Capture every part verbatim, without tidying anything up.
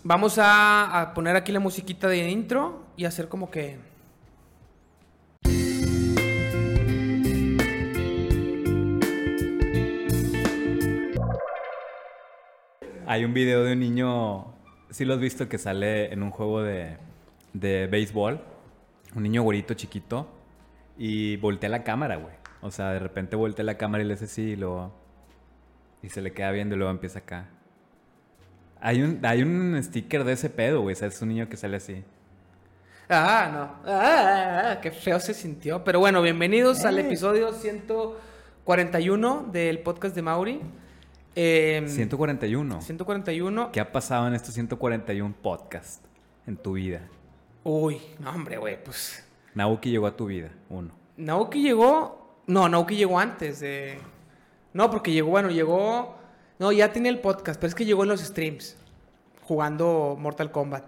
Vamos a, a poner aquí la musiquita de intro y hacer como que... Hay un video de un niño, sí lo has visto, que sale en un juego de, de béisbol. Un niño güerito chiquito y voltea la cámara, güey. O sea, de repente voltea la cámara y le hace así y luego... Y se le queda viendo y luego empieza acá. Hay un, hay un sticker de ese pedo, güey. O sea, es un niño que sale así. Ah, no. Ah, qué feo se sintió. Pero bueno, bienvenidos eh. al episodio ciento cuarenta y uno del podcast de Mauri. Eh, ciento cuarenta y uno. ciento cuarenta y uno. ¿Qué ha pasado en estos ciento cuarenta y uno podcasts en tu vida? Uy, no, hombre, güey, pues... Naoki llegó a tu vida, uno. Naoki llegó... No, Naoki llegó antes de... No, porque llegó, bueno, llegó... No, ya tenía el podcast, pero es que llegó en los streams. Jugando Mortal Kombat.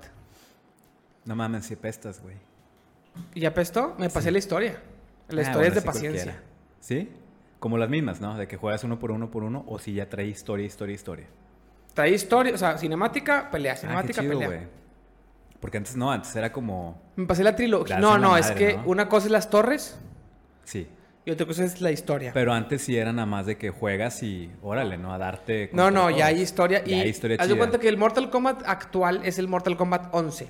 No mames, si pestas, güey. ¿Y ya pestó? Me pasé sí. la historia. La ah, historia bueno, es de paciencia. Cualquiera. ¿Sí? Como las mismas, ¿no? De que juegas uno por uno por uno, o si ya trae historia, historia, historia. Trae historia, o sea, cinemática, pelea, cinemática, ah, qué chido, pelea. Wey. Porque antes no, antes era como... Me pasé la trilogía. No, no, madre, es que ¿no? una cosa es las torres. Sí. Y otra cosa es la historia. Pero antes sí era nada más de que juegas y órale, ¿no? A darte... No, no, ya hay historia. Ya y hay historia haz de cuenta que el Mortal Kombat actual es el Mortal Kombat once.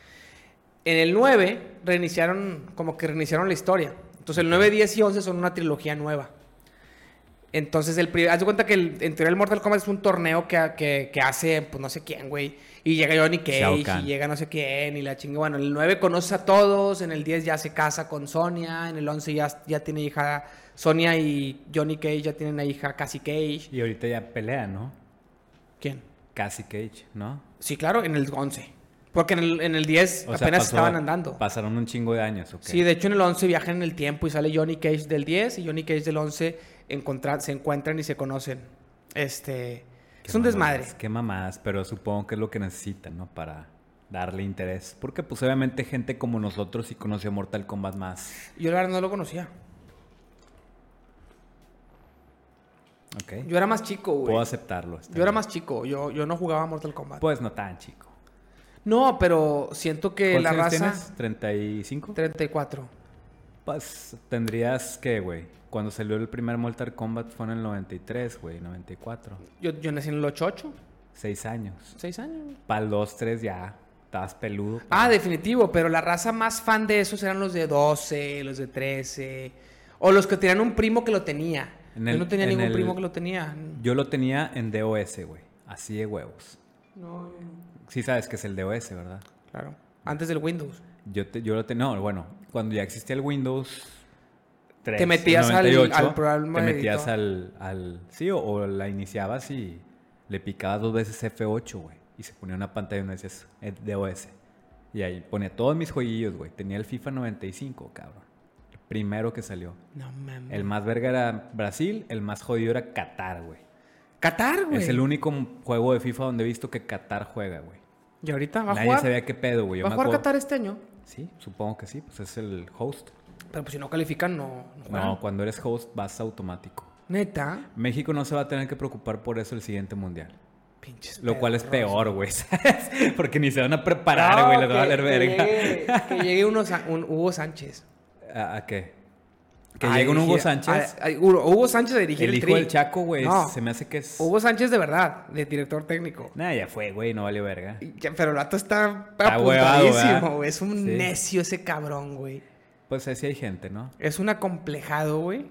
En el nueve reiniciaron, como que reiniciaron la historia. Entonces el nueve, diez y once son una trilogía nueva. Entonces, el haz de cuenta que el, en teoría el Mortal Kombat es un torneo que, que, que hace, pues no sé quién, güey. Y llega Johnny Cage y llega no sé quién y la chinga. Bueno, en el nueve conoce a todos, en el diez ya se casa con Sonya, en el once ya, ya tiene hija Sonya y Johnny Cage ya tienen una hija Cassie Cage. Y ahorita ya pelea, ¿no? ¿Quién? Cassie Cage, ¿no? Sí, claro, en el once. Porque en el, en el diez o apenas sea, pasó, estaban andando. Pasaron un chingo de años, ¿ok? Sí, de hecho en el once viajan en el tiempo y sale Johnny Cage del diez y Johnny Cage del once encontrar, se encuentran y se conocen. Este... Es un mamadas, desmadre. Qué mamadas, pero supongo que es lo que necesitan, ¿no? Para darle interés. Porque pues obviamente gente como nosotros sí conoció Mortal Kombat más. Yo la verdad no lo conocía. Ok. Yo era más chico, güey. Puedo aceptarlo. Yo bien. era más chico. Yo, yo no jugaba Mortal Kombat. Pues no tan chico. No, pero siento que la raza... ¿Tienes? ¿treinta y cinco? treinta y cuatro. Pues tendrías que, güey. Cuando salió el primer Mortal Kombat fue en el noventa y tres, güey, noventa y cuatro. Yo, yo nací en el ochenta y ocho. Seis años. Seis años. Para el dos, tres ya estabas peludo. Ah, definitivo, pero la raza más fan de esos eran los de doce, los de trece. O los que tenían un primo que lo tenía. El, yo no tenía ningún el, primo que lo tenía. Yo lo tenía en D O S, güey. Así de huevos. No, no. Sí sabes que es el D O S, ¿verdad? Claro. Antes del Windows. Yo, te, yo lo tenía... No, bueno. Cuando ya existía el Windows... tres, te metías al, al programa. Te metías al, al... Sí, o, o la iniciabas y le picabas dos veces F ocho, güey. Y se ponía una pantalla donde decías D O S. Y ahí ponía todos mis jueguillos, güey. Tenía el FIFA noventa y cinco, cabrón. El primero que salió. No mames. El más verga era Brasil. El más jodido era Qatar, güey. ¿Qatar, güey? Es el único juego de FIFA donde he visto que Qatar juega, güey. ¿Y ahorita va a Nadie jugar? Nadie sabía qué pedo, güey. ¿Va a jugar acuerdo... Qatar este año? Sí, supongo que sí. Pues es el host. Pero pues si no califican, no, no No, cuando eres host vas automático. ¿Neta? México no se va a tener que preocupar por eso el siguiente mundial. Pinches Lo cual es perros. peor, güey, ¿sabes? Porque ni se van a preparar, güey. No, les va a valer verga. Llegue, que llegue uno, un Hugo Sánchez. ¿A, a qué? Que a llegue un Hugo Sánchez. A, a, Hugo Sánchez a dirigir el, el hijo tri. del Chaco, güey. No. Se me hace que es... Hugo Sánchez de verdad, de director técnico. Nah, ya fue, güey. No vale verga. Ya, pero el rato está Está apuntadísimo, güey. Es un sí. necio ese cabrón, güey. Pues así hay gente, ¿no? Es un acomplejado, güey.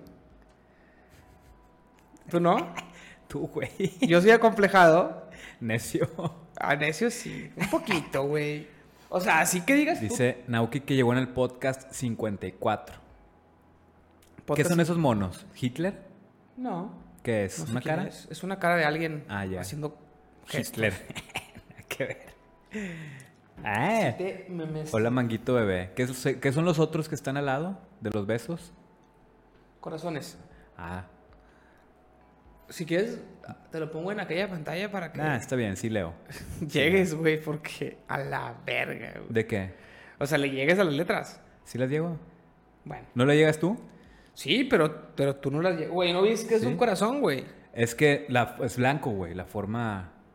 ¿Tú no? Tú, güey. Yo soy acomplejado. Necio. Ah, necio sí. Un poquito, güey. O sea, así que digas Dice tú. Naoki que llegó en el podcast cincuenta y cuatro. ¿Podcast? ¿Qué son esos monos? ¿Hitler? No. ¿Qué es? No sé ¿Una cara? Es. es una cara de alguien ah, ya. haciendo Hitler. Hay que ver. Ah. Hola, Manguito Bebé. ¿Qué, ¿Qué son los otros que están al lado de los besos? Corazones. Ah. Si quieres, te lo pongo en aquella pantalla para que... Ah, está bien, sí leo. Llegues, güey, porque a la verga, güey. ¿De qué? O sea, le llegues a las letras. ¿Sí las llego? Bueno. ¿No le llegas tú? Sí, pero, pero tú no las llegas. Güey, ¿no viste que es ¿Sí? un corazón, güey? Es que la, es blanco, güey, la forma...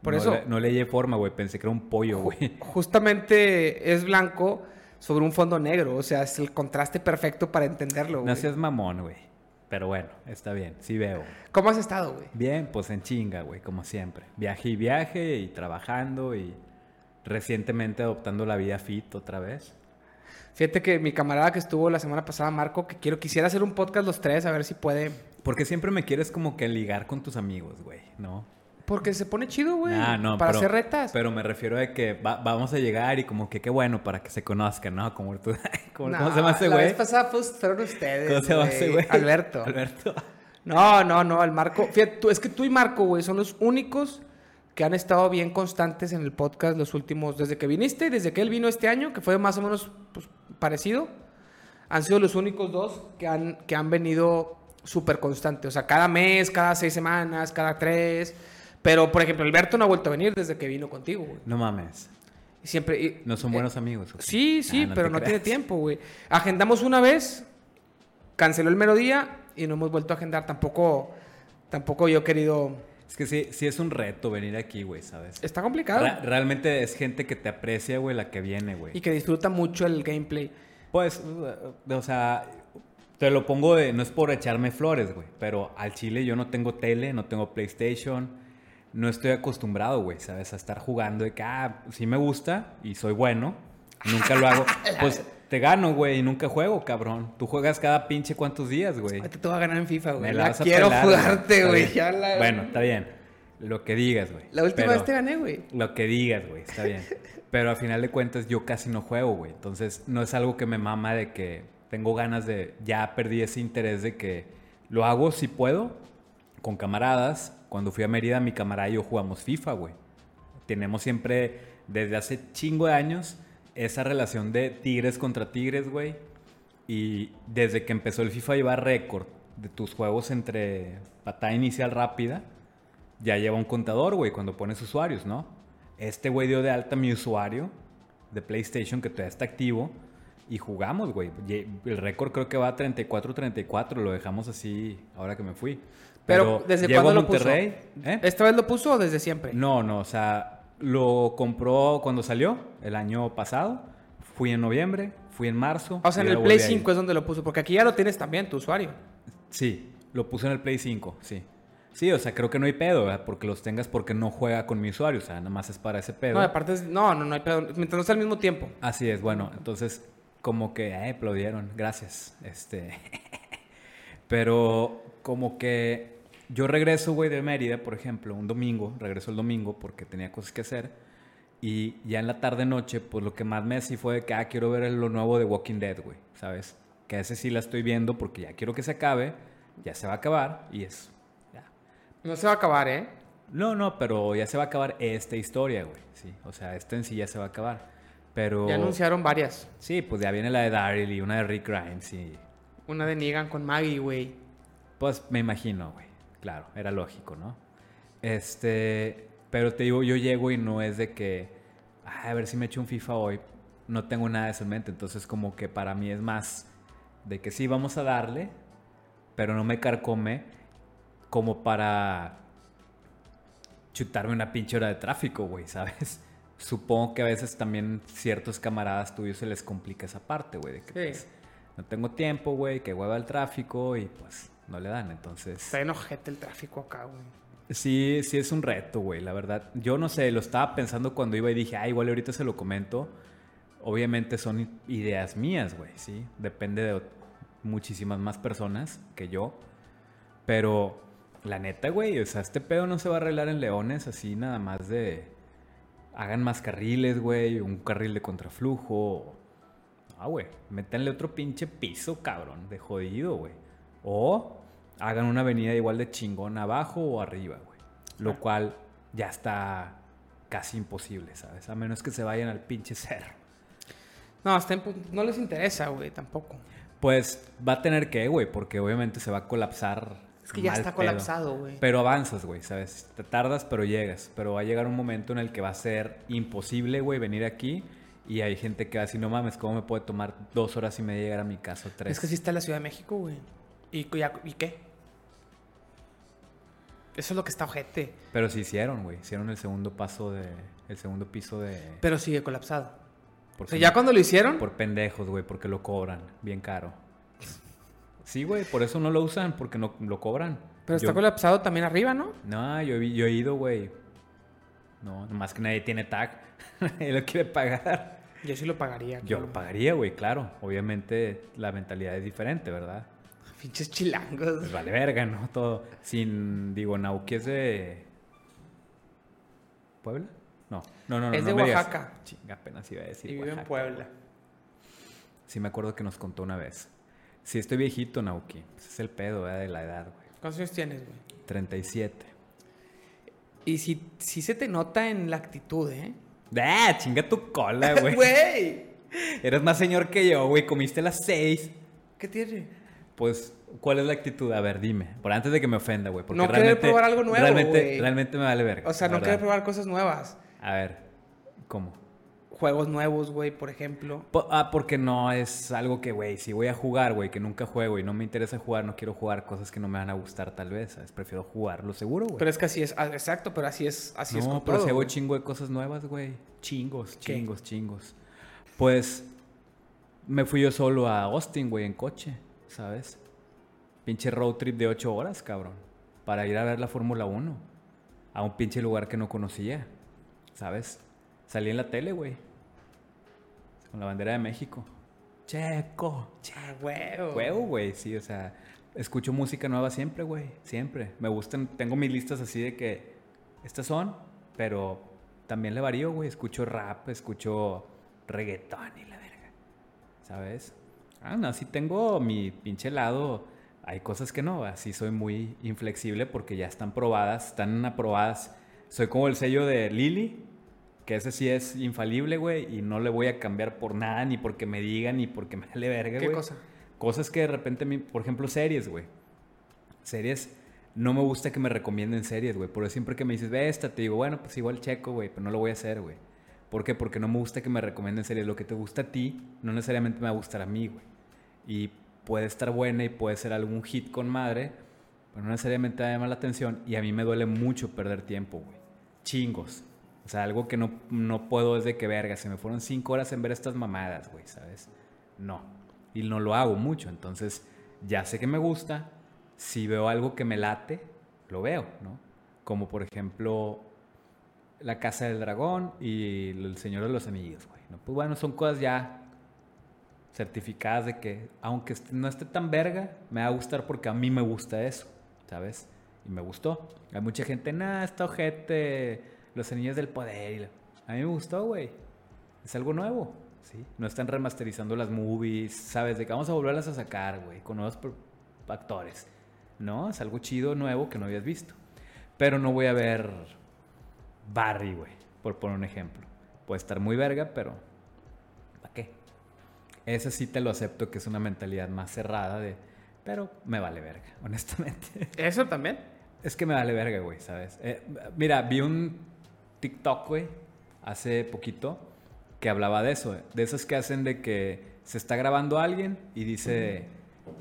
Por no eso. Le, no le hallé forma, güey. Pensé que era un pollo, güey. Justamente es blanco sobre un fondo negro. O sea, es el contraste perfecto para entenderlo, güey. No seas mamón, güey. Pero bueno, está bien. Sí veo. ¿Cómo has estado, güey? Bien, pues en chinga, güey, como siempre. Viaje y viaje y trabajando y recientemente adoptando la vida fit otra vez. Fíjate que mi camarada que estuvo la semana pasada, Marco, que quiero quisiera hacer un podcast los tres, a ver si puede. Porque siempre me quieres como que ligar con tus amigos, güey, ¿no? Porque se pone chido, güey. Ah, no, para pero, hacer retas. Pero me refiero a que va- vamos a llegar y como que qué bueno para que se conozcan, ¿no? Como tú, como, No, ¿cómo se llama ese La güey? vez pasada pues, fueron ustedes. ¿Cómo se llama ese güey? Alberto. Alberto. No, no, no, el Marco. Fíjate, tú, es que tú y Marco, güey, son los únicos que han estado bien constantes en el podcast los últimos, desde que viniste, desde que él vino este año, que fue más o menos pues, parecido. Han sido los únicos dos que han, que han venido súper constantes. O sea, cada mes, cada seis semanas, cada tres. Pero, por ejemplo, Alberto no ha vuelto a venir desde que vino contigo, güey. No mames. Y siempre... y- No son eh, buenos amigos. ¿o qué? Sí, sí, Ah, pero te no creas. tiene tiempo, güey. Agendamos una vez, canceló el mero día y no hemos vuelto a agendar. Tampoco, tampoco yo he querido... Es que sí, sí es un reto venir aquí, güey, ¿sabes? Está complicado. Ra- realmente es gente que te aprecia, güey, la que viene, güey. Y que disfruta mucho el gameplay. Pues, uh, o sea, te lo pongo de... No es por echarme flores, güey. Pero al chile yo no tengo tele, no tengo PlayStation. No estoy acostumbrado, güey, ¿sabes? A estar jugando de que, ah, sí me gusta y soy bueno. Nunca lo hago. Pues te gano, güey, y nunca juego, cabrón. Tú juegas cada pinche cuántos días, güey. Ahorita te voy a ganar en FIFA, güey. Me la Ya vas a quiero pelar, jugarte, Está güey. bien. Ya la- Bueno, está bien. Lo que digas, güey. La última Pero- vez te gané, güey. Lo que digas, güey, está bien. Pero a final de cuentas yo casi no juego, güey. Entonces no es algo que me mama de que tengo ganas de... Ya perdí ese interés de que lo hago si puedo, con camaradas. Cuando fui a Mérida, mi camarada y yo jugamos FIFA, güey. Tenemos siempre, desde hace chingo de años, esa relación de tigres contra tigres, güey. Y desde que empezó el FIFA lleva récord de tus juegos entre patada inicial rápida, ya lleva un contador, güey, cuando pones usuarios, ¿no? Este güey dio de alta mi usuario de PlayStation, que todavía está activo, y jugamos, güey. Ye- El récord creo que va a treinta y cuatro treinta y cuatro, lo dejamos así ahora que me fui. Pero, ¿desde llego cuándo a lo puso? Monterrey, ¿eh? ¿Esta vez lo puso o desde siempre? No, no, o sea, lo compró cuando salió, el año pasado. Fui en noviembre, fui en marzo. O sea, y en ya el Play volví a ir. cinco es donde lo puso. Porque aquí ya lo tienes también, tu usuario. Sí, lo puse en el Play cinco, sí. Sí, o sea, creo que no hay pedo, ¿verdad? Porque los tengas porque no juega con mi usuario, o sea, nada más es para ese pedo. No, aparte es... No, no, no hay pedo. Mientras no sea al mismo tiempo. Así es, bueno, entonces como que eh, aplaudieron, gracias. Este, pero como que yo regreso, güey, de Mérida, por ejemplo, un domingo, regreso el domingo porque tenía cosas que hacer y ya en la tarde noche, pues lo que más me hacía fue de que ah, quiero ver lo nuevo de Walking Dead, güey, ¿sabes? Que ese sí la estoy viendo porque ya quiero que se acabe, ya se va a acabar y es ya. No se va a acabar, ¿eh? No, no, pero ya se va a acabar esta historia, güey, sí, o sea, esta en sí ya se va a acabar. Pero Ya anunciaron varias. sí, pues ya viene la de Daryl y una de Rick Grimes y... Una de Negan con Maggie, güey. Pues me imagino, güey. Claro, era lógico, ¿no? Este... Pero te digo, yo llego y no es de que... "Ay, a ver si me echo un FIFA hoy". No tengo nada de eso en mente. Entonces como que para mí es más de que sí, vamos a darle, pero no me carcome como para chutarme una pinche hora de tráfico, güey, ¿sabes? Supongo que a veces también ciertos camaradas tuyos se les complica esa parte, güey, de que Sí. pues, no tengo tiempo, güey, que hueva el tráfico y pues no le dan, entonces... Está enojete el tráfico acá, güey. Sí, sí es un reto, güey, la verdad. Yo no sé, lo estaba pensando cuando iba y dije, ah, igual ahorita se lo comento. Obviamente son ideas mías, güey, ¿sí? Depende de muchísimas más personas que yo. Pero la neta, güey, o sea, este pedo no se va a arreglar en Leones así nada más de... Hagan más carriles, güey, un carril de contraflujo. Ah, güey, métanle otro pinche piso, cabrón, de jodido, güey. O hagan una avenida igual de chingón abajo o arriba, güey. Lo cual ya está casi imposible, ¿sabes? A menos que se vayan al pinche cerro. No, está en pu- no les interesa, güey, tampoco. Pues va a tener que, güey, porque obviamente se va a colapsar. Es que ya mal está pedo. colapsado, güey. Pero avanzas, güey, ¿sabes? Te tardas, pero llegas. Pero va a llegar un momento en el que va a ser imposible, güey, venir aquí. Y hay gente que va a decir, no mames, ¿cómo me puede tomar dos horas y media llegar a mi casa o tres? Es que sí está en la Ciudad de México, güey. ¿Y, ya- ¿Y qué? Eso es lo que está ojete. Pero sí hicieron, güey. Hicieron el segundo paso de... El segundo piso de... Pero sigue colapsado. O sea, no, ya cuando lo hicieron... Por pendejos, güey. Porque lo cobran bien caro. Sí, güey. Por eso no lo usan. Porque no lo cobran. Pero está yo... colapsado también arriba, ¿no? No, yo, yo he ido, güey. No, nomás que nadie tiene tag. Nadie lo quiere pagar. Yo sí lo pagaría. Yo lo pagaría, güey, claro. Obviamente la mentalidad es diferente, ¿verdad? Pinches chilangos. Pues vale verga, ¿no? Todo. Sin, digo, Nauki es de... ¿Puebla? No, no, no. Es no, de no Oaxaca. Chinga, apenas iba a decir Y vive Oaxaca. en Puebla. Sí me acuerdo que nos contó una vez. Sí, estoy viejito, Nauki. Ese es el pedo, ¿verdad? De la edad, güey. ¿Cuántos años tienes, güey? treinta y siete. Y sí, sí se te nota en la actitud, ¿eh? ¡Ah! Chinga tu cola, güey. ¡Güey! Eres más señor que yo, güey. Comiste a las seis. ¿Qué tiene? Pues, ¿cuál es la actitud? A ver, dime. Por antes de que me ofenda, güey. Porque No querer realmente, probar algo nuevo, realmente, güey. realmente me vale verga. O sea, la no verdad. querer probar cosas nuevas. A ver, ¿cómo? Juegos nuevos, güey, por ejemplo. Po- ah, porque no es algo que, güey, si voy a jugar, güey, que nunca juego y no me interesa jugar, no quiero jugar cosas que no me van a gustar tal vez, ¿sabes? Prefiero jugar lo seguro, güey. Pero es que así es, ah, exacto, pero así es, así es No, con pero todo, si hago güey. chingo de cosas nuevas, güey. Chingos, ¿Qué? chingos, chingos. Pues me fui yo solo a Austin, güey, en coche, ¿sabes? Pinche road trip de ocho horas, cabrón. Para ir a ver la Fórmula uno. A un pinche lugar que no conocía, ¿sabes? Salí en la tele, güey. Con la bandera de México. Checo. Ah, huevo. Huevo, güey, sí, o sea, escucho música nueva siempre, güey, siempre. Me gustan, tengo mis listas así de que estas son, pero también le varío, güey. Escucho rap, escucho reggaetón y la verga, ¿sabes? Ah, no, sí tengo mi pinche lado. Hay cosas que no, así soy muy inflexible porque ya están probadas, están aprobadas. Soy como el sello de Lili, que ese sí es infalible, güey, y no le voy a cambiar por nada, ni porque me digan, ni porque me dale verga, güey. ¿Qué cosa? Cosas que de repente, a mí- por ejemplo, series, güey. Series, no me gusta que me recomienden series, güey. Por eso siempre que me dices, ve esta, te digo, bueno, pues igual checo, güey, pero no lo voy a hacer, güey. ¿Por qué? Porque no me gusta que me recomienden series. Lo que te gusta a ti, no necesariamente me va a gustar a mí, güey. Y puede estar buena y puede ser algún hit con madre, pero no necesariamente me llama la atención. Y a mí me duele mucho perder tiempo, güey. Chingos. O sea, algo que no, no puedo es de que, verga, se me fueron cinco horas en ver estas mamadas, güey, ¿sabes? No. Y no lo hago mucho. Entonces, ya sé que me gusta. Si veo algo que me late, lo veo, ¿no? Como, por ejemplo, La Casa del Dragón y El Señor de los Anillos, güey, ¿no? Pues bueno, son cosas ya certificadas de que, aunque est- no esté tan verga, me va a gustar porque a mí me gusta eso, ¿sabes? Y me gustó. Hay mucha gente, nah, está ojete... Los Anillos del Poder. Y la... A mí me gustó, güey. Es algo nuevo, ¿sí? No están remasterizando las movies, ¿sabes? De que vamos a volverlas a sacar, güey, con nuevos pro- actores. No, es algo chido, nuevo, que no habías visto. Pero no voy a ver Barry, güey, por poner un ejemplo. Puede estar muy verga, pero ¿para qué? Ese sí te lo acepto, que es una mentalidad más cerrada de... Pero me vale verga, honestamente. ¿Eso también? Es que me vale verga, güey, ¿sabes? Eh, mira, vi un TikTok, güey, hace poquito, que hablaba de eso, de esos que hacen de que se está grabando alguien y dice, eh,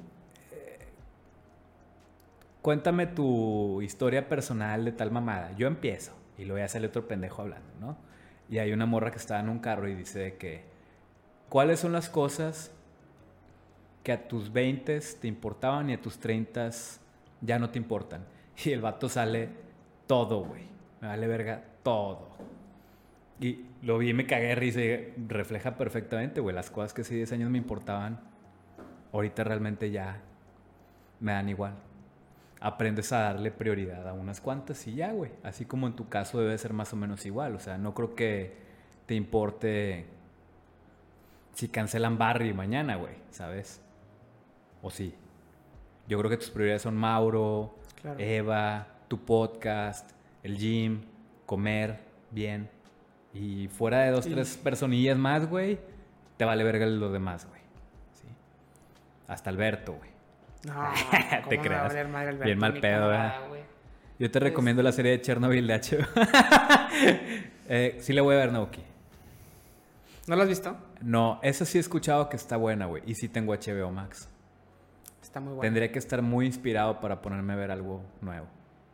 cuéntame tu historia personal de tal mamada. Yo empiezo y luego ya sale otro pendejo hablando, ¿no? Y hay una morra que está en un carro y dice de que, ¿cuáles son las cosas que a tus veintes te importaban y a tus treintas ya no te importan? Y el vato sale todo, güey. Me vale verga todo. Y lo vi y me cagué de risa y refleja perfectamente, güey. Las cosas que hace diez años me importaban, ahorita realmente ya me dan igual. Aprendes a darle prioridad a unas cuantas y ya, güey. Así como en tu caso debe ser más o menos igual. O sea, no creo que te importe si cancelan Barry mañana, güey, ¿sabes? O sí. Yo creo que tus prioridades son Mauro, Claro. Eva, tu podcast, el gym, comer bien. Y fuera de dos, Y- tres personillas más, güey, te vale verga lo demás, güey. ¿Sí? Hasta Alberto, güey. No, Te ¿cómo me va a creas. valer madre Alberto? Bien mal Ni pedo, cómo ¿verdad? va, güey. Yo te Pues- recomiendo la serie de Chernobyl de H B O. eh, sí le voy a ver, Naoki. ¿No lo has visto? No, esa sí he escuchado que está buena, güey. Y sí tengo H B O Max. Está muy bueno. Tendría que estar muy inspirado para ponerme a ver algo nuevo.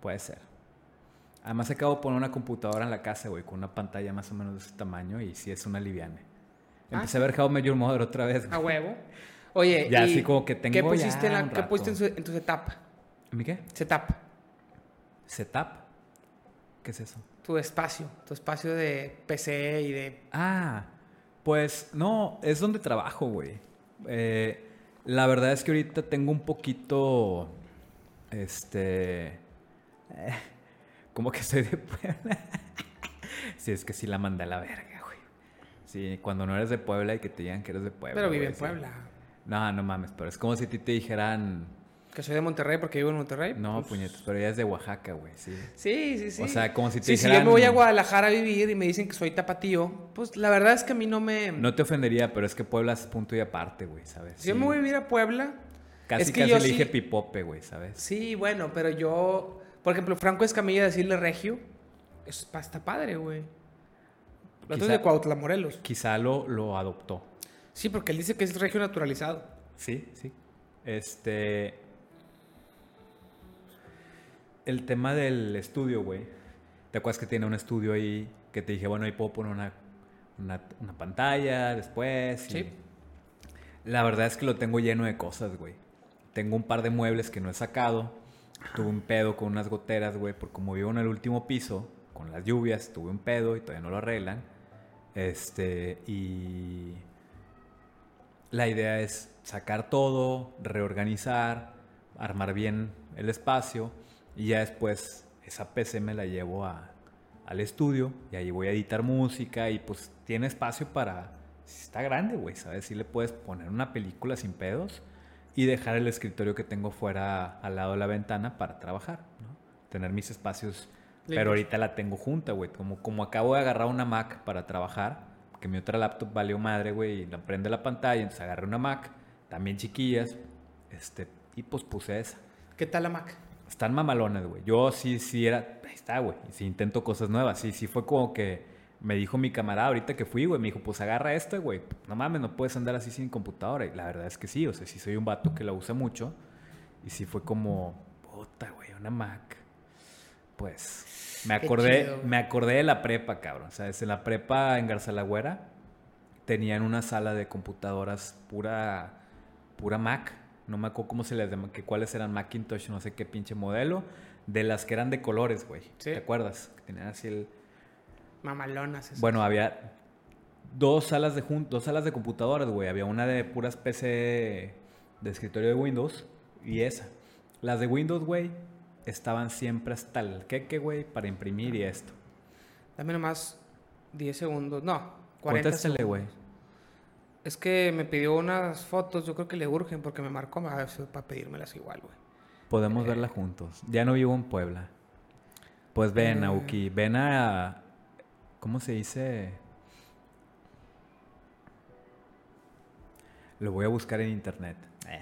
Puede ser. Además acabo de poner una computadora en la casa, güey, con una pantalla más o menos de ese tamaño y sí es una liviane. Empecé Ah. a ver How I Met Your Mother otra vez, güey. A huevo. Oye, Ya y así como que tengo ¿qué pusiste, ya en, la, un ¿qué rato. pusiste en, su, en tu setup? ¿Mi qué? Setup. ¿Setup? ¿Qué es eso? Tu espacio. Tu espacio de P C y de... Ah, pues no, es donde trabajo, güey. Eh, la verdad es que ahorita tengo un poquito, este, eh, como que soy de Puebla. Sí, es que sí la mandé a la verga, güey. Sí, cuando no eres de Puebla y que te digan que eres de Puebla. Pero vive güey, en Puebla. Sí. No, no mames, pero es como si a ti te dijeran... Que soy de Monterrey porque vivo en Monterrey. No, pues... puñetas, pero ella es de Oaxaca, güey, sí. Sí, sí, sí. O sea, como si te sí, dijeran... Si yo me voy a Guadalajara a vivir y me dicen que soy tapatío, pues la verdad es que a mí no me... No te ofendería, pero es que Puebla es punto y aparte, güey, ¿sabes? Si yo me voy a vivir a Puebla... Casi, es que casi yo le sí... dije pipope, güey, ¿sabes? Sí, bueno, pero yo... Por ejemplo, Franco Escamilla decirle regio, es, está padre, güey. Lo otro es de Cuautla, Morelos. Quizá lo, lo adoptó. Sí, porque él dice que es regio naturalizado. Sí, sí. Este... El tema del estudio, güey. ¿Te acuerdas que tiene un estudio ahí que te dije, bueno, ahí puedo poner una, una, una pantalla después? Y... Sí. La verdad es que lo tengo lleno de cosas, güey. Tengo un par de muebles que no he sacado. Tuve un pedo con unas goteras, güey, porque como vivo en el último piso, con las lluvias, tuve un pedo y todavía no lo arreglan. Este, y... La idea es sacar todo, reorganizar, armar bien el espacio y ya después esa P C me la llevo a, al estudio y ahí voy a editar música y pues tiene espacio para... Está grande, güey, ¿sabes? Sí le puedes poner una película sin pedos y dejar el escritorio que tengo fuera al lado de la ventana para trabajar, ¿no? Tener mis espacios... Limpios. Pero ahorita la tengo junta, güey. Como, como acabo de agarrar una Mac para trabajar, que mi otra laptop valió madre, güey, y la prende la pantalla, entonces agarré una Mac, también chiquillas, este, y pues puse esa. ¿Qué tal la Mac? Están mamalones, güey. Yo sí, sí era, ahí está, güey, y sí intento cosas nuevas. Sí, sí fue como que me dijo mi camarada ahorita que fui, güey, me dijo, pues agarra esta, güey. No mames, no puedes andar así sin computadora. Y la verdad es que sí, o sea, sí soy un vato que la usa mucho. Y sí fue como, puta, güey, una Mac. Pues... Me acordé, chido, me acordé de la prepa, cabrón. ¿Sabes? En la prepa en Garzalagüera tenían una sala de computadoras pura, pura Mac. No me acuerdo cómo se les llama, que cuáles eran Macintosh, no sé qué pinche modelo. De las que eran de colores, güey. ¿Sí? ¿Te acuerdas? Que tenían así el... Mamalonas. Esas. Bueno, había dos salas de jun... dos salas de computadoras, güey. Había una de puras P C de escritorio de Windows y esa. Las de Windows, güey, estaban siempre hasta el queque, güey, para imprimir y esto. Dame nomás diez segundos. No, cuarenta Contéstale, segundos. güey. Es que me pidió unas fotos, yo creo que le urgen porque me marcó para pedírmelas igual, güey. Podemos eh. verlas juntos. Ya no vivo en Puebla. Pues ven, eh. Auki, ven a... ¿Cómo se dice? Lo voy a buscar en internet. Eh.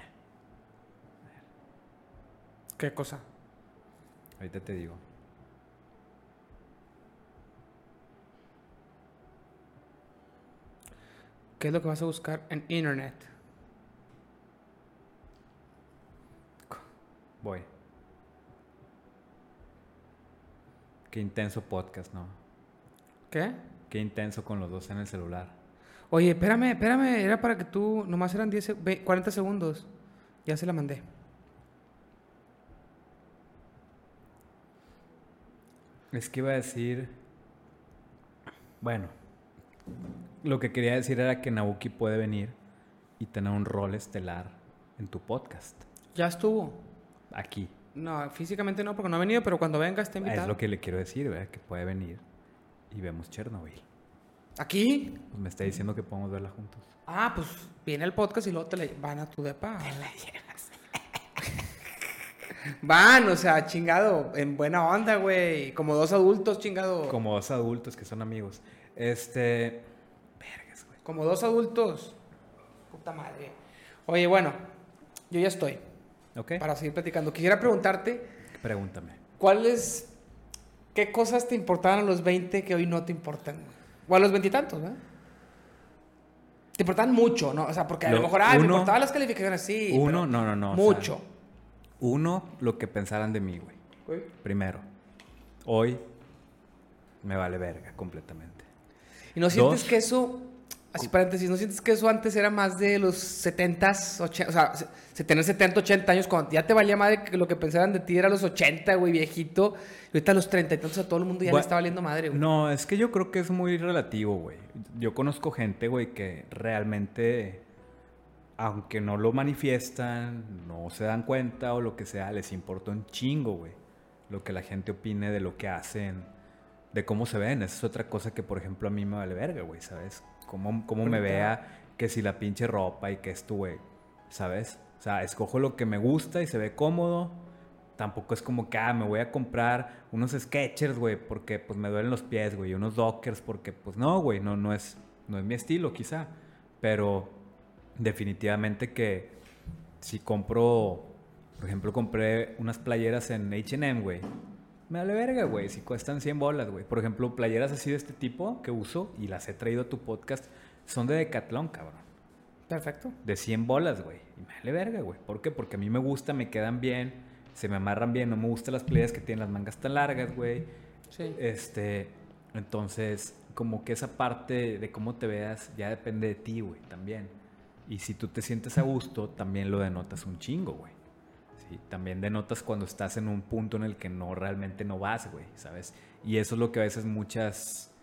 ¿Qué cosa? Ahorita te digo. ¿Qué es lo que vas a buscar en internet? Voy. Qué intenso podcast, ¿no? ¿Qué? Qué intenso con los dos en el celular. Oye, espérame, espérame. Era para que tú... Nomás eran diez, cuarenta segundos. Ya se la mandé. Es que iba a decir... Bueno, lo que quería decir era que Nabuki puede venir y tener un rol estelar en tu podcast. Ya estuvo. Aquí. No, físicamente no, porque no ha venido, pero cuando venga está invitado. Es lo que le quiero decir, ¿verdad? Que puede venir y vemos Chernobyl. ¿Aquí? Pues me está diciendo que podemos verla juntos. Ah, pues viene el podcast y luego te la van a tu depa. Te la llevas. Van, o sea, chingado, en buena onda, güey. Como dos adultos, chingado. Como dos adultos que son amigos. Este... Vergas, güey. Como dos adultos. Puta madre. Oye, bueno, yo ya estoy. Ok. Para seguir platicando. Quisiera preguntarte... Pregúntame. ¿Cuáles... ¿Qué cosas te importaban a los veinte que hoy no te importan? O a los veintitantos, ¿no? Te importaban mucho, ¿no? O sea, porque a lo, lo mejor, ah, uno, me importaban las calificaciones, sí. Uno, no, no, no. Mucho. O sea, uno, lo que pensaran de mí, güey. Hoy. Primero. Hoy me vale verga completamente. ¿Y no sientes Dos, que eso, así paréntesis, no sientes que eso antes era más de los setentas, ochenta, o sea, se, se tener setenta, ochenta años, cuando ya te valía madre que lo que pensaban de ti era los ochenta, güey, viejito, y ahorita a los treinta y tantos a todo el mundo ya Bueno, le está valiendo madre, güey? No, es que yo creo que es muy relativo, güey. Yo conozco gente, güey, que realmente, aunque no lo manifiestan, no se dan cuenta o lo que sea, les importa un chingo, güey, lo que la gente opine de lo que hacen, de cómo se ven. Esa es otra cosa que, por ejemplo, a mí me vale verga, güey, ¿sabes? Cómo, cómo me vea, que si la pinche ropa y que esto, güey, ¿sabes? O sea, escojo lo que me gusta y se ve cómodo. Tampoco es como que, ah, me voy a comprar unos Skechers, güey, porque pues me duelen los pies, güey, y unos Dockers, porque pues no, güey, no, no, es, no es mi estilo, quizá. Pero definitivamente que si compro, por ejemplo, compré unas playeras en H and M, güey. Me vale verga, güey, si cuestan cien bolas, güey. Por ejemplo, playeras así de este tipo que uso y las he traído a tu podcast, son de Decathlon, cabrón. Perfecto. De cien bolas, güey. Y me vale verga, güey. ¿Por qué? Porque a mí me gusta, me quedan bien, se me amarran bien. No me gustan las playeras que tienen las mangas tan largas, güey. Sí. Este, entonces, como que esa parte de cómo te veas ya depende de ti, güey, también. Y si tú te sientes a gusto, también lo denotas un chingo, güey. Sí, también denotas cuando estás en un punto en el que no realmente no vas, güey, ¿sabes? Y eso es lo que a veces muchas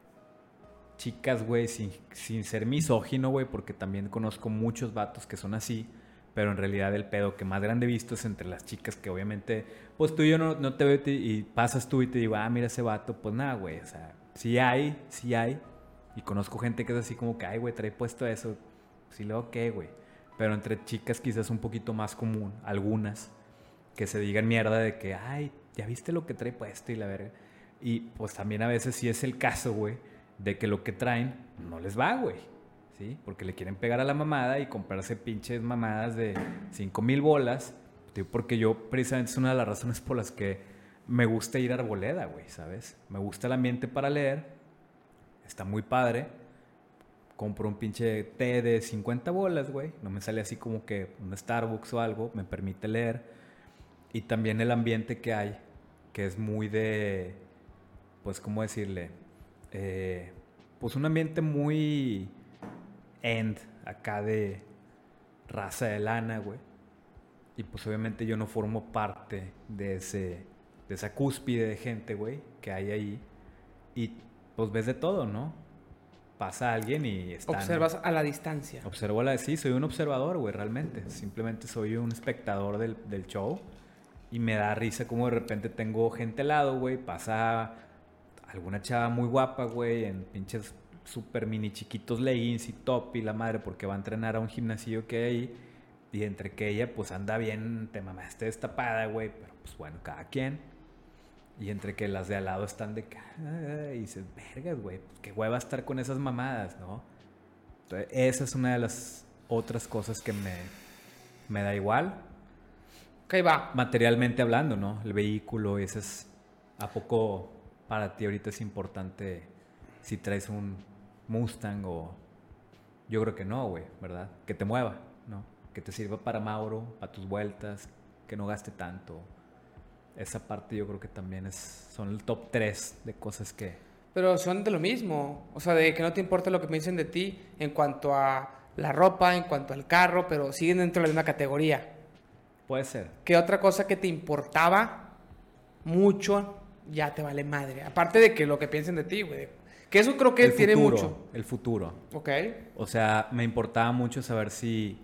chicas, güey, sin, sin ser misógino, güey, porque también conozco muchos vatos que son así, pero en realidad el pedo que más grande he visto es entre las chicas que obviamente, pues tú y yo no, no te veo y pasas tú y te digo, ah, mira ese vato, pues nada, güey, o sea, sí hay, sí hay, y conozco gente que es así como que, ay, güey, trae puesto eso, sí luego qué, güey. Pero entre chicas quizás un poquito más común, algunas, que se digan mierda de que, ay, ya viste lo que trae puesto y la verga. Y pues también a veces sí es el caso, güey, de que lo que traen no les va, güey. ¿Sí? Porque le quieren pegar a la mamada y comprarse pinches mamadas de cinco mil bolas. Porque yo precisamente es una de las razones por las que me gusta ir a Arboleda, güey, ¿sabes? Me gusta el ambiente para leer. Está muy padre. Compro un pinche té de cincuenta bolas, güey. No me sale así como que un Starbucks o algo. Me permite leer. Y también el ambiente que hay, que es muy de, pues, ¿cómo decirle? Eh, pues un ambiente muy end, acá de raza de lana, güey. Y pues obviamente yo no formo parte de ese, de esa cúspide de gente, güey, que hay ahí. Y pues ves de todo, ¿no? Pasa alguien y están... Observas a la distancia. Observo a la... Sí, soy un observador, güey, realmente. Simplemente soy un espectador del, del show. Y me da risa como de repente tengo gente al lado, güey. Pasa alguna chava muy guapa, güey, en pinches super mini chiquitos leggings y top y la madre, porque va a entrenar a un gimnasio que hay ahí. Y entre que ella, pues anda bien, te mamaste destapada, güey. Pero pues bueno, cada quien. Y entre que las de al lado están de... Y dices, vergas, güey, pues qué hueva estar con esas mamadas, ¿no? Entonces, esa es una de las otras cosas que me, me da igual. Ok, va. Materialmente hablando, ¿no? El vehículo, ese es... ¿A poco para ti ahorita es importante si traes un Mustang o... Yo creo que no, güey, ¿verdad? Que te mueva, ¿no? Que te sirva para Mauro, para tus vueltas, que no gaste tanto. Esa parte yo creo que también es, son el top tres de cosas que... Pero son de lo mismo. O sea, de que no te importa lo que piensen de ti en cuanto a la ropa, en cuanto al carro, pero siguen dentro de la misma categoría. Puede ser. ¿Qué otra cosa que te importaba mucho ya te vale madre? Aparte de que lo que piensen de ti, güey. Que eso creo que el tiene futuro, mucho. El futuro. Ok. O sea, me importaba mucho saber si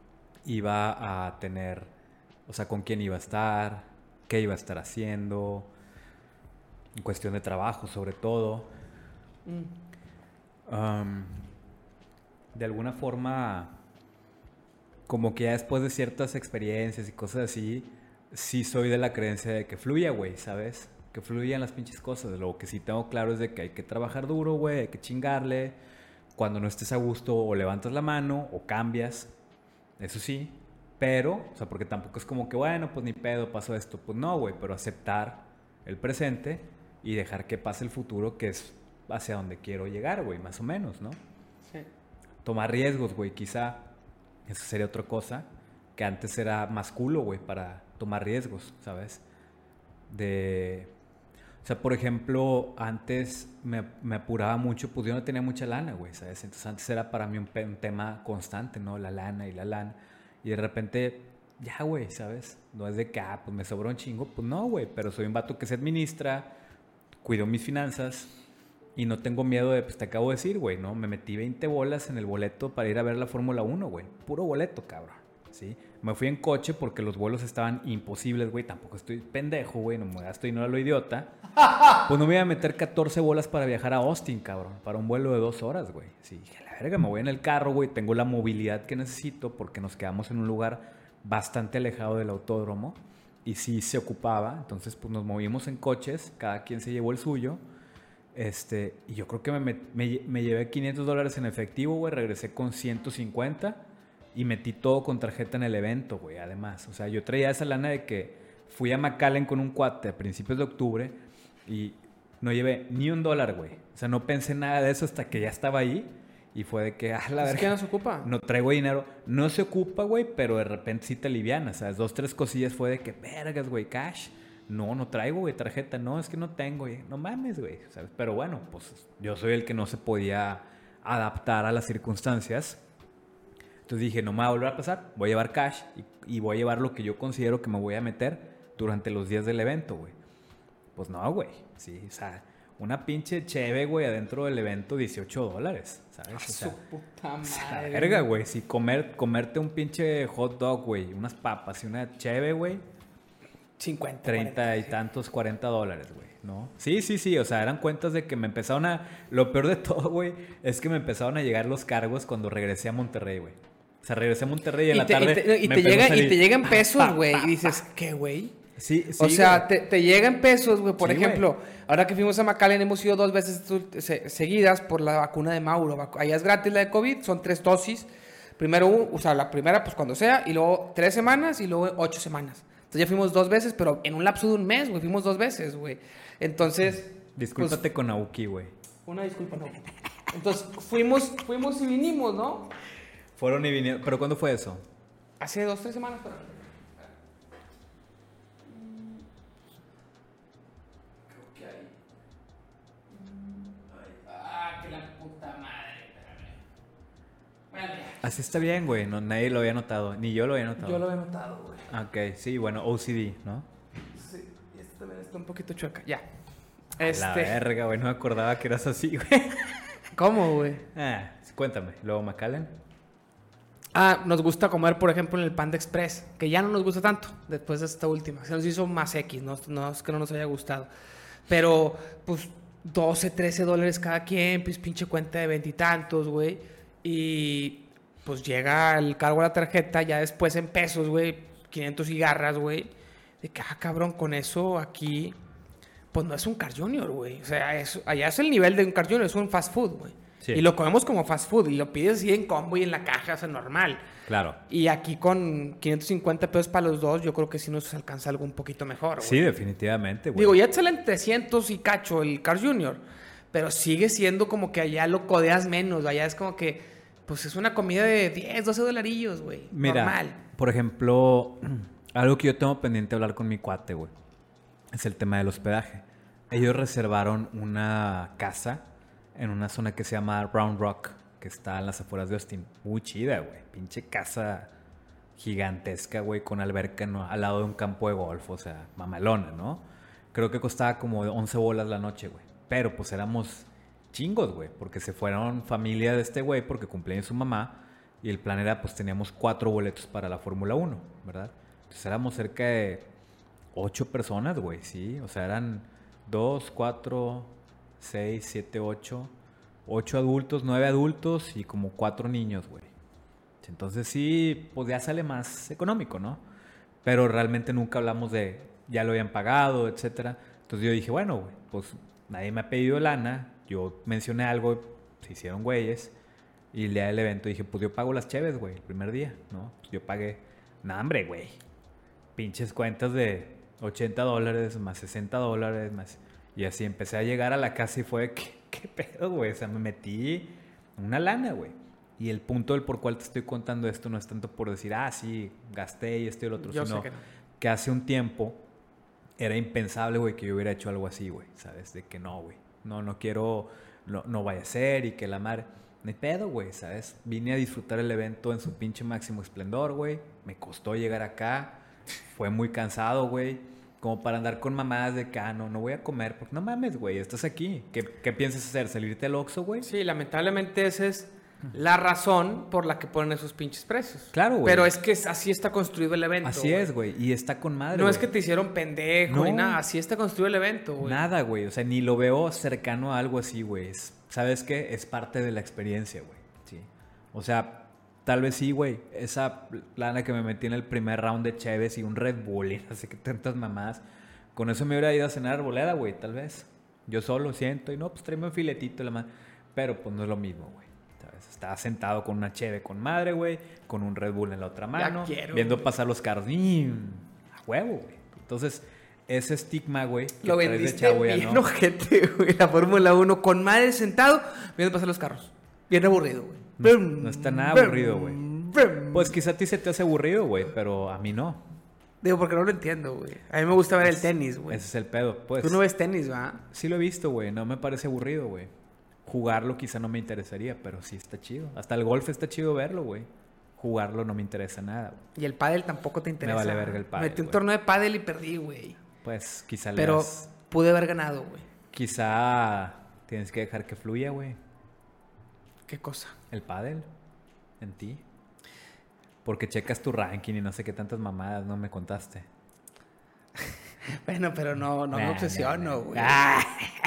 iba a tener... O sea, con quién iba a estar... qué iba a estar haciendo, en cuestión de trabajo sobre todo. Mm. Um, de alguna forma, como que ya después de ciertas experiencias y cosas así, sí soy de la creencia de que fluya, güey, ¿sabes? Que fluyan las pinches cosas. Lo que sí tengo claro es de que hay que trabajar duro, güey, hay que chingarle. Cuando no estés a gusto, o levantas la mano o cambias, eso sí. Pero, o sea, porque tampoco es como que, bueno, pues ni pedo, pasó esto. Pues no, güey, pero aceptar el presente y dejar que pase el futuro, que es hacia donde quiero llegar, güey, más o menos, ¿no? Sí. Tomar riesgos, güey, quizá. Eso sería otra cosa, que antes era más culo, güey, para tomar riesgos, ¿sabes? de... O sea, por ejemplo, antes me, me apuraba mucho, pues yo no tenía mucha lana, güey, ¿sabes? Entonces antes era para mí un, pe- un tema constante, ¿no? La lana y la lana. Y de repente, ya, güey, ¿sabes? No es de que, ah, pues me sobró un chingo. Pues no, güey, pero soy un vato que se administra, cuido mis finanzas y no tengo miedo de, pues te acabo de decir, güey, ¿no? Me metí veinte bolas en el boleto para ir a ver la Fórmula uno, güey. Puro boleto, cabrón, ¿sí? Me fui en coche porque los vuelos estaban imposibles, güey. Tampoco estoy pendejo, güey. No me gasto dinero a lo idiota. Pues no me voy a meter catorce bolas para viajar a Austin, cabrón. Para un vuelo de dos horas, güey. Sí, dije, la verga, me voy en el carro, güey. Tengo la movilidad que necesito porque nos quedamos en un lugar bastante alejado del autódromo. Y sí se ocupaba. Entonces, pues nos movimos en coches. Cada quien se llevó el suyo. Este, y yo creo que me, me, me llevé quinientos dólares en efectivo, güey. Regresé con ciento cincuenta. Y metí todo con tarjeta en el evento, güey, además. O sea, yo traía esa lana de que fui a McAllen con un cuate a principios de octubre y no llevé ni un dólar, güey. O sea, no pensé nada de eso hasta que ya estaba ahí y fue de que, ah, la verdad. ¿Es que no se ocupa? No traigo dinero. No se ocupa, güey, pero de repente sí te alivianas, ¿sabes? Dos, tres cosillas fue de que, vergas, güey, cash. No, no traigo, güey, tarjeta. No, es que no tengo, güey. No mames, güey, ¿sabes? Pero bueno, pues yo soy el que no se podía adaptar a las circunstancias. Entonces dije, no me va a volver a pasar, voy a llevar cash y, y voy a llevar lo que yo considero que me voy a meter durante los días del evento, güey. Pues no, güey, sí, o sea, una pinche cheve, güey, adentro del evento, dieciocho dólares, ¿sabes? A O sea, su puta madre. o sea, verga, güey, si comer, comerte un pinche hot dog, güey, unas papas y una cheve, güey, cincuenta, treinta cuarenta, y sí. tantos, cuarenta dólares, güey, ¿no? Sí, sí, sí, o sea, eran cuentas de que me empezaron a... Lo peor de todo, güey, es que me empezaron a llegar los cargos cuando regresé a Monterrey, güey. O sea, regresé a Monterrey y en Y la te, tarde y te, y me te empezó a llega, y salir- te llegan pesos, Pa, güey. pa, Y dices, pa. ¿qué, güey? Sí, sí, O sea, güey. te, te llegan pesos, güey. Por Sí, ejemplo, ahora que fuimos a McAllen hemos ido dos veces se- seguidas por la vacuna de Mauro. Vacu- Allá es gratis la de COVID, son tres dosis. Primero, un- o sea, la primera pues cuando sea, y luego tres semanas y luego ocho semanas. Entonces ya fuimos dos veces, pero en un lapso de un mes, güey, fuimos dos veces, güey. Entonces... Discúlpate pues, con Aoki, güey. una disculpa, no. Entonces fuimos, fuimos y vinimos, ¿no? Fueron y vinieron. ¿Pero cuándo fue eso? Hace dos, tres semanas, pero... Creo que hay... Ah, que la puta madre, espérame. Bueno, ya. Así está bien, güey. No, nadie lo había notado. Ni yo lo había notado. Yo lo he notado, güey. Ah, ok, sí, bueno, O C D, ¿no? Sí, y este también está un poquito chueca. Ya. La Este... verga, güey. No me acordaba que eras así, güey. ¿Cómo, güey? Ah, cuéntame. Luego McAllen. Ah, nos gusta comer, por ejemplo, en el Panda Express, que ya no nos gusta tanto después de esta última. Se nos hizo más X, no, no es que no nos haya gustado. Pero, pues, doce, trece dólares cada quien, pues, pinche cuenta de veintitantos, güey. Y, pues, llega el cargo a la tarjeta, ya después en pesos, güey, quinientos cigarras, güey. De que, ah, cabrón, con eso aquí, pues, no es un Carl Junior, güey. O sea, es, allá es el nivel de un Carl Junior, es un fast food, güey. Sí. Y lo comemos como fast food y lo pides así en combo y en la caja, o sea, normal. Claro. Y aquí con quinientos cincuenta pesos para los dos, yo creo que sí nos alcanza algo un poquito mejor, güey. Sí, definitivamente, güey. Digo, ya te salen trescientos y cacho el Carl Junior, pero sigue siendo como que allá lo codeas menos. Allá es como que, pues es una comida de diez, doce dolarillos, güey. Mira, Normal. por ejemplo, algo que yo tengo pendiente hablar con mi cuate, güey, es el tema del hospedaje. Ellos reservaron una casa en una zona que se llama Round Rock, que está en las afueras de Austin. Muy chida, güey. Pinche casa gigantesca, güey, con alberca, ¿no? Al lado de un campo de golf, o sea, mamalona, ¿no? Creo que costaba como once bolas la noche, güey. Pero pues éramos chingos, güey, porque se fueron familia de este güey porque cumpleaños su mamá y el plan era, pues teníamos cuatro boletos para la Fórmula uno, ¿verdad? Entonces éramos cerca de ocho personas, güey, sí. O sea, eran dos, cuatro... seis, siete, ocho, ocho adultos, nueve adultos y como cuatro niños, güey. Entonces sí, pues ya sale más económico, ¿no? Pero realmente nunca hablamos de, ya lo habían pagado, etcétera. Entonces yo dije, bueno, güey, pues nadie me ha pedido lana, yo mencioné algo, se hicieron güeyes, y el día del evento dije, pues yo pago las cheves, güey, el primer día, ¿no? Pues yo pagué, nah, hombre, güey, pinches cuentas de ochenta dólares, más sesenta dólares, más... Y así empecé a llegar a la casa y fue, ¿qué, qué pedo, güey? O sea, me metí una lana, güey. Y el punto del por cual te estoy contando esto no es tanto por decir, ah, sí, gasté y esto y el otro, Yo sino sé que no. que hace un tiempo era impensable, güey, que yo hubiera hecho algo así, güey, ¿sabes? De que no, güey, no, no quiero, no, no vaya a ser y que la madre... No hay pedo, güey, ¿sabes? Vine a disfrutar el evento en su pinche máximo esplendor, güey. Me costó llegar acá. Fue muy cansado, güey. Como para andar con mamadas de que, ah, no, no voy a comer. Porque no mames, güey, estás aquí. ¿Qué, qué piensas hacer? ¿Salirte al Oxxo, güey? Sí, lamentablemente esa es la razón por la que ponen esos pinches precios. Claro, güey. Pero es que así está construido el evento. Así güey. es, güey. Y está con madre, No güey. es que te hicieron pendejo No. ni nada. Así está construido el evento, güey. Nada, güey. O sea, ni lo veo cercano a algo así, güey. Es- ¿Sabes qué? Es parte de la experiencia, güey. Sí. O sea, tal vez sí, güey. Esa lana que me metí en el primer round de Cheves y un Red Bull y no sé qué tantas mamadas. Con eso me hubiera ido a cenar arboleda, güey, tal vez. Yo solo siento y no, pues tráeme un filetito, la madre. Pero pues no es lo mismo, güey. ¿Sabes? Estaba sentado con una cheve con madre, güey. Con un Red Bull en la otra mano. quiero, viendo güey. pasar los carros. ¡Y! A huevo, güey. Entonces, ese estigma, güey, que Lo traes de vendiste chavo ya bien no. ojete, güey. La Fórmula uno con madre sentado viendo pasar los carros. Bien aburrido, güey. No, no está nada aburrido, güey. Pues quizá a ti se te hace aburrido, güey, pero a mí no. Digo, porque no lo entiendo, güey. A mí me gusta ver el tenis, güey. Ese es el pedo, pues. Tú no ves tenis, ¿va? Sí lo he visto, güey. No me parece aburrido, güey. Jugarlo quizá no me interesaría, pero sí está chido. Hasta el golf está chido verlo, güey. Jugarlo no me interesa nada, güey. Y el pádel tampoco te interesa. vale verga el pádel, Metí un güey. torneo de pádel y perdí, güey. Pues quizá le Pero das- pude haber ganado, güey. Quizá tienes que dejar que fluya, güey. ¿Qué cosa? El pádel en ti. Porque checas tu ranking y no sé qué tantas mamadas, no me contaste. Bueno, pero no, no me Nah, obsesiono, nah, nah. güey. Ah.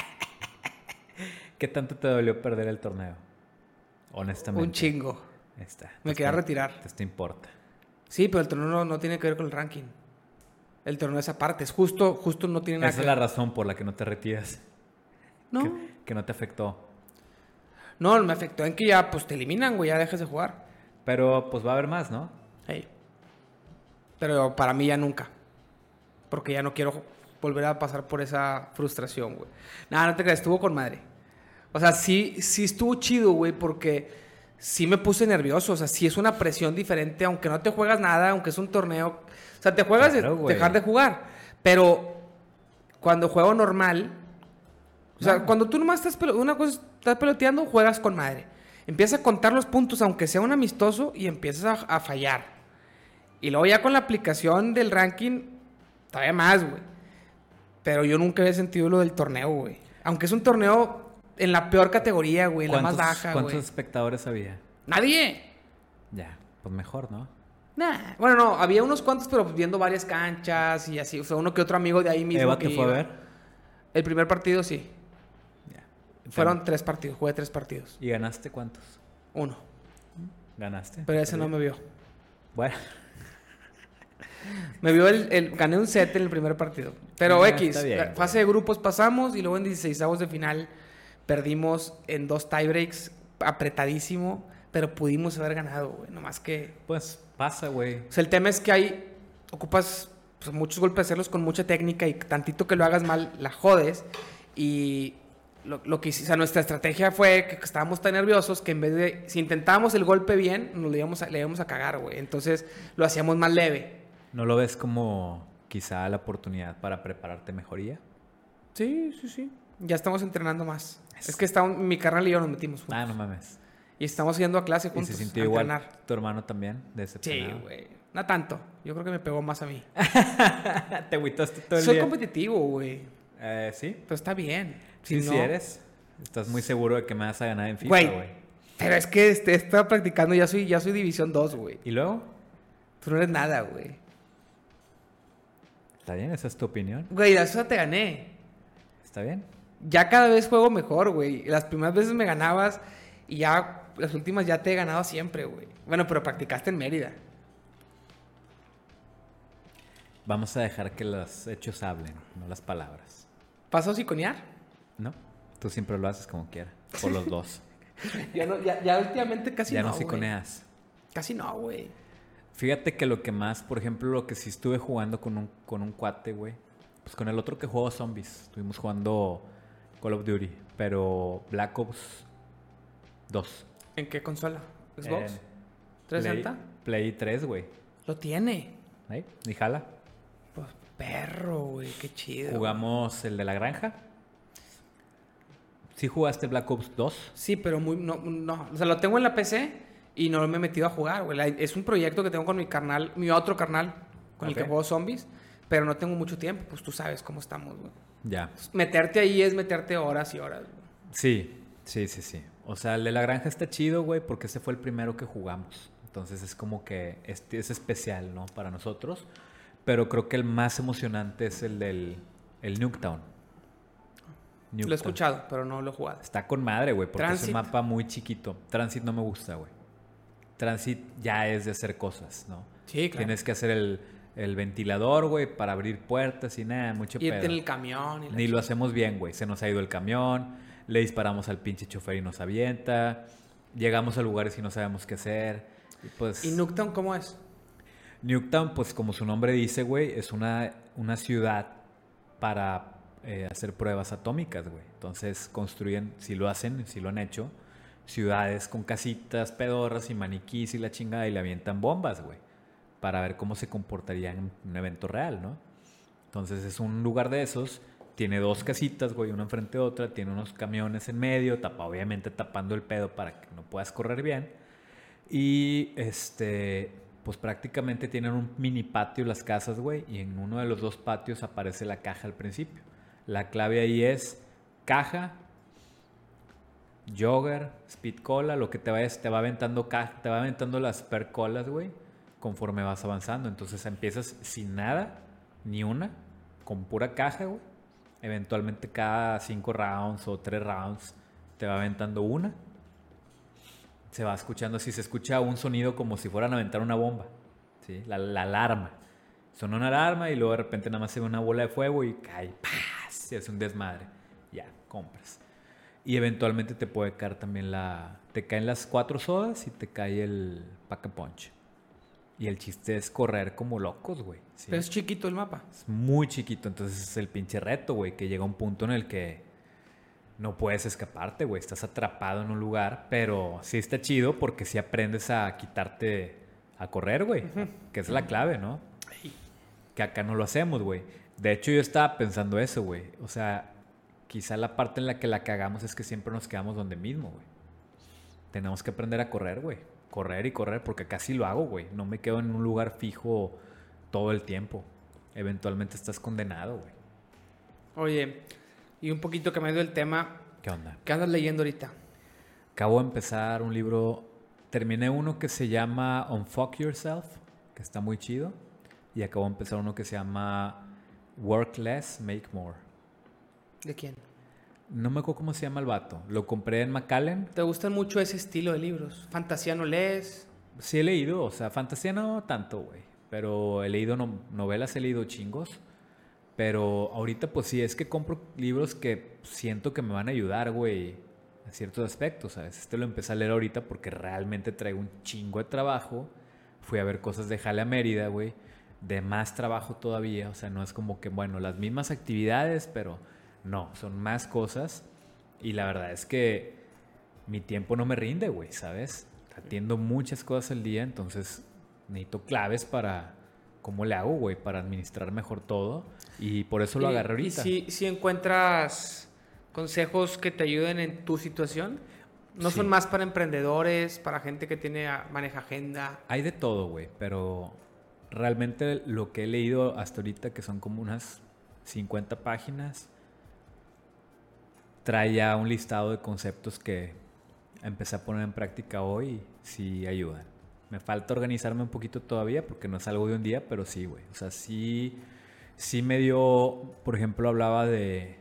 ¿Qué tanto te dolió perder el torneo? Honestamente. Un chingo. Ahí está. Me Esto- quería retirar. Esto importa. Sí, pero el torneo no, no tiene que ver con el ranking. El torneo es aparte. Es justo, justo no tiene nada Esa que es la ver. razón por la que no te retiras. No. Que, que no te afectó. No, me afectó en que ya, pues te eliminan, güey. Ya dejas de jugar. Pero pues va a haber más, ¿no? Hey. Pero para mí ya nunca. Porque ya no quiero volver a pasar por esa frustración, güey. Nada, no te creas, estuvo con madre. O sea, sí, sí estuvo chido, güey, porque sí me puse nervioso. O sea, sí es una presión diferente, aunque no te juegas nada, aunque es un torneo. O sea, te juegas Claro, de güey. dejar de jugar. Pero cuando juego normal, o sea, No. cuando tú nomás estás, pelo- una cosa es- estás peloteando, juegas con madre. Empiezas a contar los puntos, aunque sea un amistoso, y empiezas a, a fallar. Y luego ya con la aplicación del ranking, todavía más, güey. Pero yo nunca había sentido lo del torneo, güey. Aunque es un torneo en la peor categoría, güey, la más ¿Cuántos- baja, ¿Cuántos güey. espectadores había? ¡Nadie! Ya, pues mejor, ¿no? Nah. Bueno, no, había unos cuantos, pero viendo varias canchas y así. O sea, uno que otro amigo de ahí mismo. ¿Eva que te fue a iba. ver? El primer partido, sí. Ya. Fueron tres partidos, jugué tres partidos. ¿Y ganaste cuántos? Uno. ¿Ganaste? Pero ese no me vio. Bueno, Me vio el, el- gané un set en el primer partido. Pero Ah, X, está bien, la güey. fase de grupos pasamos y luego en dieciseisavos de final perdimos en dos tiebreaks apretadísimo, pero pudimos haber ganado, güey. Nomás que... pues pasa, güey. O sea, el tema es que hay... Ocupas pues, muchos golpes hacerlos con mucha técnica y tantito que lo hagas mal, la jodes. Y lo, lo que hice- o sea, nuestra estrategia fue que estábamos tan nerviosos que en vez de... Si intentábamos el golpe bien, nos le íbamos a, le íbamos a cagar, güey. Entonces lo hacíamos más leve. ¿No lo ves como quizá la oportunidad para prepararte mejoría? Sí, sí, sí. Ya estamos entrenando más. Eso. Es que está, mi carnal y yo nos metimos juntos. Ah, no mames. Y estamos yendo a clase ¿Y juntos. se sintió a igual entrenar. tu hermano también? Sí, Decepcionado. güey. No tanto. Yo creo que me pegó más a mí. ¿Te agüitaste todo el Soy día? competitivo, güey. Eh, ¿sí? Pero está bien. Sí, Si sí no- eres. Estás muy seguro de que me vas a ganar en FIFA, Güey. güey. Pero es que este, estaba practicando. Ya soy, ya soy División dos, güey. ¿Y luego? Tú no eres nada, güey. ¿Está bien? ¿Esa es tu opinión? Güey, la cosa te gané. ¿Está bien? Ya cada vez juego mejor, güey. Las primeras veces me ganabas y ya... Las últimas ya te he ganado siempre, güey. Bueno, pero practicaste en Mérida. Vamos a dejar que los hechos hablen, no las palabras. ¿Pasó a siconear? ¿No? Tú siempre lo haces como quieras. Por los dos. Ya, no, ya, ya últimamente casi ya no, no güey. siconeas. Casi no, güey. Fíjate que lo que más, por ejemplo, lo que sí estuve jugando con un, con un cuate, güey. Pues con el otro que juego Zombies. Estuvimos jugando Call of Duty. Pero Black Ops dos. ¿En qué consola? ¿Xbox? En ¿trescientos sesenta? Play, Play tres, güey. Lo tiene. ¿Ahí? ¿Y jala? Pues, Perro, güey, qué chido. Jugamos el de la granja. ¿Sí jugaste Black Ops dos? Sí, pero muy... No, no. O sea, lo tengo en la P C y no me he metido a jugar, güey. La- Es un proyecto que tengo con mi carnal, mi otro carnal, con el Ok. que juego zombies, pero no tengo mucho tiempo. Pues tú sabes cómo estamos, güey. Ya. Meterte ahí es meterte horas y horas, güey. Sí, sí, sí, sí. O sea, el de la granja está chido, güey, porque ese fue el primero que jugamos. Entonces es como que este es especial, ¿no? Para nosotros. Pero creo que el más emocionante es el del el Nuketown. Lo he Nuketown. escuchado, pero no lo he jugado. Está con madre, güey, porque Transit. es un mapa muy chiquito. Transit no me gusta, güey. Transit ya es de hacer cosas, ¿no? Sí, claro. Tienes que hacer el, el ventilador, güey, para abrir puertas y nada, mucho Irte pedo. en el camión. Y la Ni lo hacemos bien, güey. Se nos ha ido el camión, le disparamos al pinche chofer y nos avienta. Llegamos a lugares y no sabemos qué hacer. Y pues... ¿Y Nuketown cómo es? Nuketown, pues como su nombre dice, güey, es una, una ciudad para eh, hacer pruebas atómicas, güey. Entonces construyen, si lo hacen, si lo han hecho, ciudades con casitas, pedorras y maniquís y la chingada y le avientan bombas, güey, para ver cómo se comportaría en un evento real, ¿no? Entonces es un lugar de esos, tiene dos casitas, güey, una enfrente de otra, tiene unos camiones en medio, tapa, obviamente tapando el pedo para que no puedas correr bien. Y este, pues prácticamente tienen un mini patio las casas, güey, y en uno de los dos patios aparece la caja al principio. La clave ahí es caja, jogger, speed cola, lo que te vayas, te va aventando caja, te va aventando las per colas, güey, conforme vas avanzando. Entonces empiezas sin nada, ni una, con pura caja, güey. Eventualmente cada cinco rounds o tres rounds te va aventando una. Se va escuchando, si se escucha un sonido como si fueran a aventar una bomba, ¿sí? La, la alarma. Suena una alarma y luego de repente nada más se ve una bola de fuego y cae, ¡paz! Se hace un desmadre. Ya, compras. Y eventualmente te puede caer también la... Te caen las cuatro sodas y te cae el Pack-a-Punch. Y el chiste es correr como locos, güey. ¿Sí? Pero es chiquito el mapa. Es muy chiquito, entonces es el pinche reto, güey, que llega un punto en el que no puedes escaparte, güey. Estás atrapado en un lugar, pero sí está chido porque sí aprendes a quitarte, a correr, güey. Uh-huh. Que es la clave, ¿no? Que acá no lo hacemos, güey. De hecho, yo estaba pensando eso, güey. O sea, quizá la parte en la que la cagamos es que siempre nos quedamos donde mismo, güey. Tenemos que aprender a correr, güey. Correr y correr, porque casi lo hago, güey. No me quedo en un lugar fijo todo el tiempo. Eventualmente estás condenado, güey. Oye, y un poquito cambiando el tema. ¿Qué onda? ¿Qué andas leyendo ahorita? Acabo de empezar un libro. Terminé uno que se llama Unfuck Yourself, que está muy chido. Y acabo de empezar uno que se llama Work Less, Make More. ¿De quién? No me acuerdo cómo se llama el vato. Lo compré en Macallen. ¿Te gustan mucho ese estilo de libros? ¿Fantasía no lees? Sí he leído. O sea, fantasía no tanto, güey. Pero he leído no- novelas, he leído chingos. Pero ahorita pues sí, es que compro libros que siento que me van a ayudar, güey, en ciertos aspectos, ¿sabes? Este lo empecé a leer ahorita porque realmente traigo un chingo de trabajo. Fui a ver cosas de Jale a Mérida, güey. De más trabajo todavía. O sea, no es como que, bueno, las mismas actividades, pero no, son más cosas. Y la verdad es que mi tiempo no me rinde, güey, ¿sabes? Atiendo muchas cosas al día, entonces necesito claves para cómo le hago, güey, para administrar mejor todo. Y por eso lo Y- agarré ahorita. ¿Y si, si encuentras consejos que te ayuden en tu situación? ¿No Sí. son más para emprendedores, para gente que tiene maneja agenda? Hay de todo, güey, pero realmente lo que he leído hasta ahorita, que son como unas cincuenta páginas, trae ya un listado de conceptos que empecé a poner en práctica hoy y sí ayudan. Me falta organizarme un poquito todavía porque no es algo de un día, pero sí, güey. O sea, sí, sí me dio, por ejemplo, hablaba de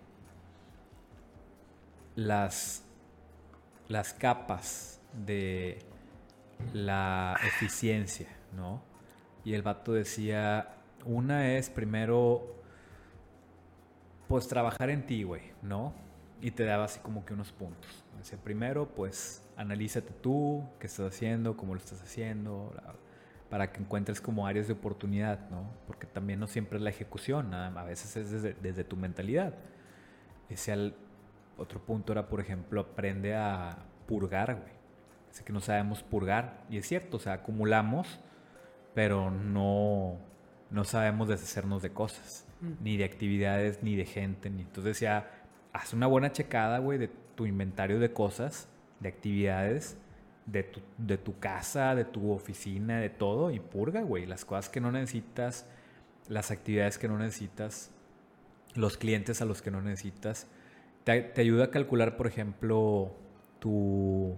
las, las capas de la eficiencia, ¿no? Y el vato decía, una es primero, pues trabajar en ti, güey, ¿no? Y te daba así como que unos puntos. Dice, primero, pues analízate tú, qué estás haciendo, cómo lo estás haciendo, bla, bla, para que encuentres como áreas de oportunidad, ¿no? Porque también no siempre es la ejecución, a veces es desde, desde tu mentalidad. Ese al, otro punto era, por ejemplo, aprende a purgar, güey. Dice que no sabemos purgar, y es cierto, o sea, acumulamos, pero no, no sabemos deshacernos de cosas, mm. ni de actividades, ni de gente. Ni... Entonces decía, haz una buena checada, güey, de tu inventario de cosas, de actividades, de tu, de tu casa, de tu oficina, de todo, y purga, güey. Las cosas que no necesitas, las actividades que no necesitas, los clientes a los que no necesitas. Te, te ayuda a calcular, por ejemplo, tu,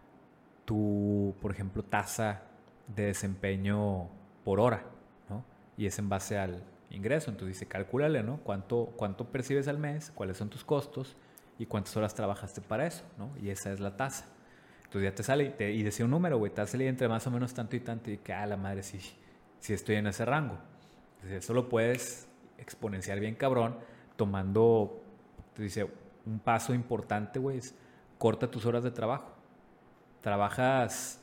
tu, por ejemplo, tasa de desempeño por hora, ¿no? Y es en base al ingreso. Entonces dice, calcúlale, ¿no? ¿Cuánto, cuánto percibes al mes? ¿Cuáles son tus costos? Y cuántas horas trabajaste para eso, ¿no? Y esa es la tasa. Entonces ya te sale y, te, y decía un número, güey. Te va a salir entre más o menos tanto y tanto. Y que, ah, la madre, sí, sí estoy en ese rango. Entonces eso lo puedes exponenciar bien cabrón tomando, te dice, un paso importante, güey, es corta tus horas de trabajo. Trabajas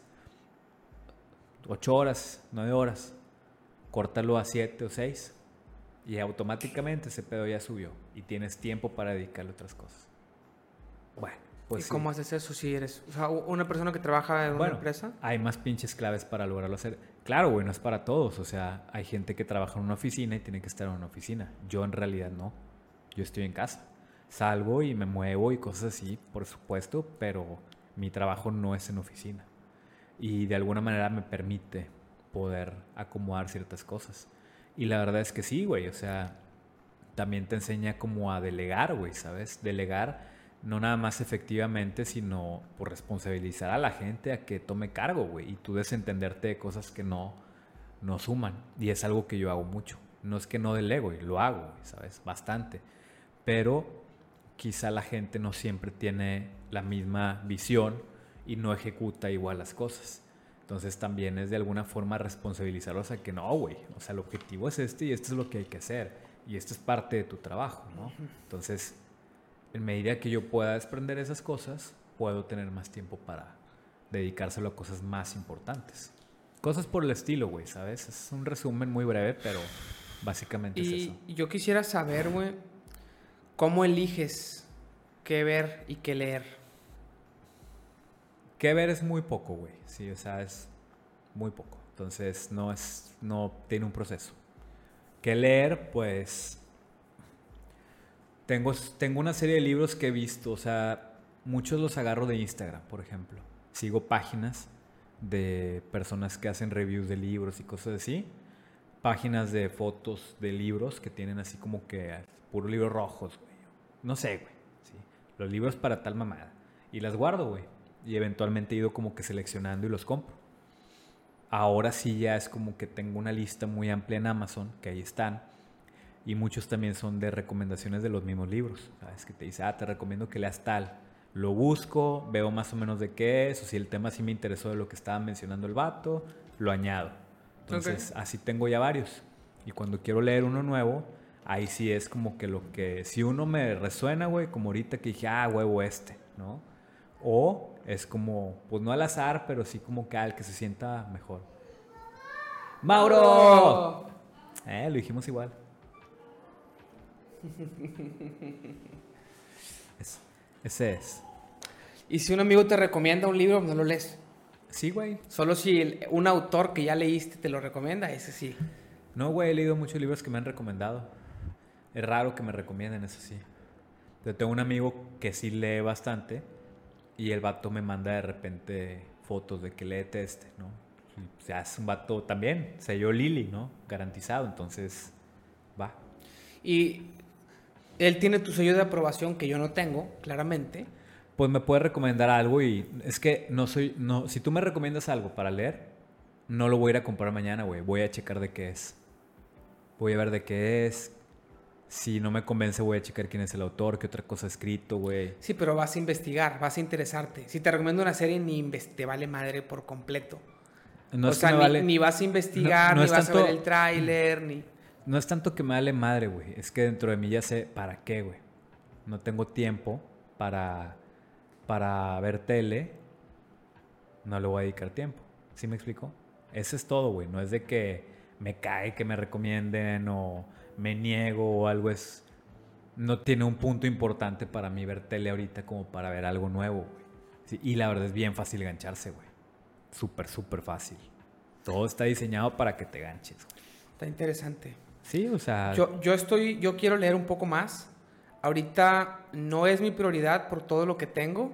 ocho horas, nueve horas, córtalo a siete o seis y automáticamente ese pedo ya subió y tienes tiempo para dedicarle a otras cosas. Bueno, pues ¿Y sí. cómo haces eso si eres, o sea, una persona que trabaja en una bueno, empresa? Hay más pinches claves para lograrlo hacer. Claro, güey, no es para todos. O sea, hay gente que trabaja en una oficina y tiene que estar en una oficina. Yo en realidad no. Yo estoy en casa. Salgo y me muevo y cosas así, por supuesto, pero mi trabajo no es en oficina. Y de alguna manera me permite poder acomodar ciertas cosas. Y la verdad es que sí, güey. O sea, también te enseña como a delegar, güey, ¿sabes? Delegar no nada más efectivamente, sino por responsabilizar a la gente a que tome cargo, güey. Y tú desentenderte de cosas que no, no suman. Y es algo que yo hago mucho. No es que no delego, y lo hago, güey, ¿sabes? Bastante. Pero quizá la gente no siempre tiene la misma visión y no ejecuta igual las cosas. Entonces también es de alguna forma responsabilizarlos a que no, güey. O sea, el objetivo es este y esto es lo que hay que hacer. Y esto es parte de tu trabajo, ¿no? Entonces, en medida que yo pueda desprender esas cosas, puedo tener más tiempo para dedicárselo a cosas más importantes. Cosas por el estilo, güey, ¿sabes? Es un resumen muy breve, pero básicamente y es eso. Y yo quisiera saber, güey, ¿cómo eliges qué ver y qué leer? Qué ver es muy poco, güey. Sí, o sea, es muy poco. Entonces, no es, no tiene un proceso. Qué leer, pues... Tengo, tengo una serie de libros que he visto, o sea, muchos los agarro de Instagram, por ejemplo. Sigo páginas de personas que hacen reviews de libros y cosas así. Páginas de fotos de libros que tienen así como que puros libros rojos, güey. No sé, güey. ¿Sí? Los libros para tal mamada. Y las guardo, güey. Y eventualmente he ido como que seleccionando y los compro. Ahora sí ya es como que tengo una lista muy amplia en Amazon, que ahí están. Y muchos también son de recomendaciones de los mismos libros. ¿Sabes? Que te dice, ah, te recomiendo que leas tal. Lo busco, veo más o menos de qué es, o si el tema sí me interesó de lo que estaba mencionando el vato, lo añado. Entonces, okay. Así tengo ya varios. Y cuando quiero leer uno nuevo, ahí sí es como que lo que... Si uno me resuena, güey, como ahorita que dije, ah, huevo este, ¿no? O es como, pues no al azar, pero sí como que al que se sienta mejor. ¡Mauro! Oh. Eh, lo dijimos igual. Es, ese es. ¿Y si un amigo te recomienda un libro, no lo lees? Sí, güey. Solo si el, un autor que ya leíste te lo recomienda, ese sí. No, güey, he leído muchos libros que me han recomendado. Es raro que me recomienden, eso sí. Yo tengo un amigo que sí lee bastante y el vato me manda de repente fotos de que léete este, ¿no? Y, o sea, es un vato también, sello Lili, ¿no? Garantizado, entonces va. Y él tiene tu sello de aprobación que yo no tengo, claramente. Pues me puede recomendar algo y es que no soy... no si tú me recomiendas algo para leer, no lo voy a ir a comprar mañana, güey. Voy a checar de qué es. Voy a ver de qué es. Si no me convence, voy a checar quién es el autor, qué otra cosa ha escrito, güey. Sí, pero vas a investigar, vas a interesarte. Si te recomiendo una serie, ni invest- te vale madre por completo. No o es sea, que me ni, vale... ni vas a investigar, no, no ni vas tanto... a ver el tráiler, ni... No es tanto que me vale madre, güey. Es que dentro de mí ya sé para qué, güey. No tengo tiempo para, para ver tele. No le voy a dedicar tiempo. ¿Sí me explico? Eso es todo, güey. No es de que me cae que me recomienden o me niego o algo. Es... No tiene un punto importante para mí ver tele ahorita como para ver algo nuevo, güey. Sí, y la verdad es bien fácil gancharse, güey. Súper, súper fácil. Todo está diseñado para que te ganches, güey. Está interesante. Sí, o sea... Yo, yo estoy, yo quiero leer un poco más. Ahorita no es mi prioridad por todo lo que tengo.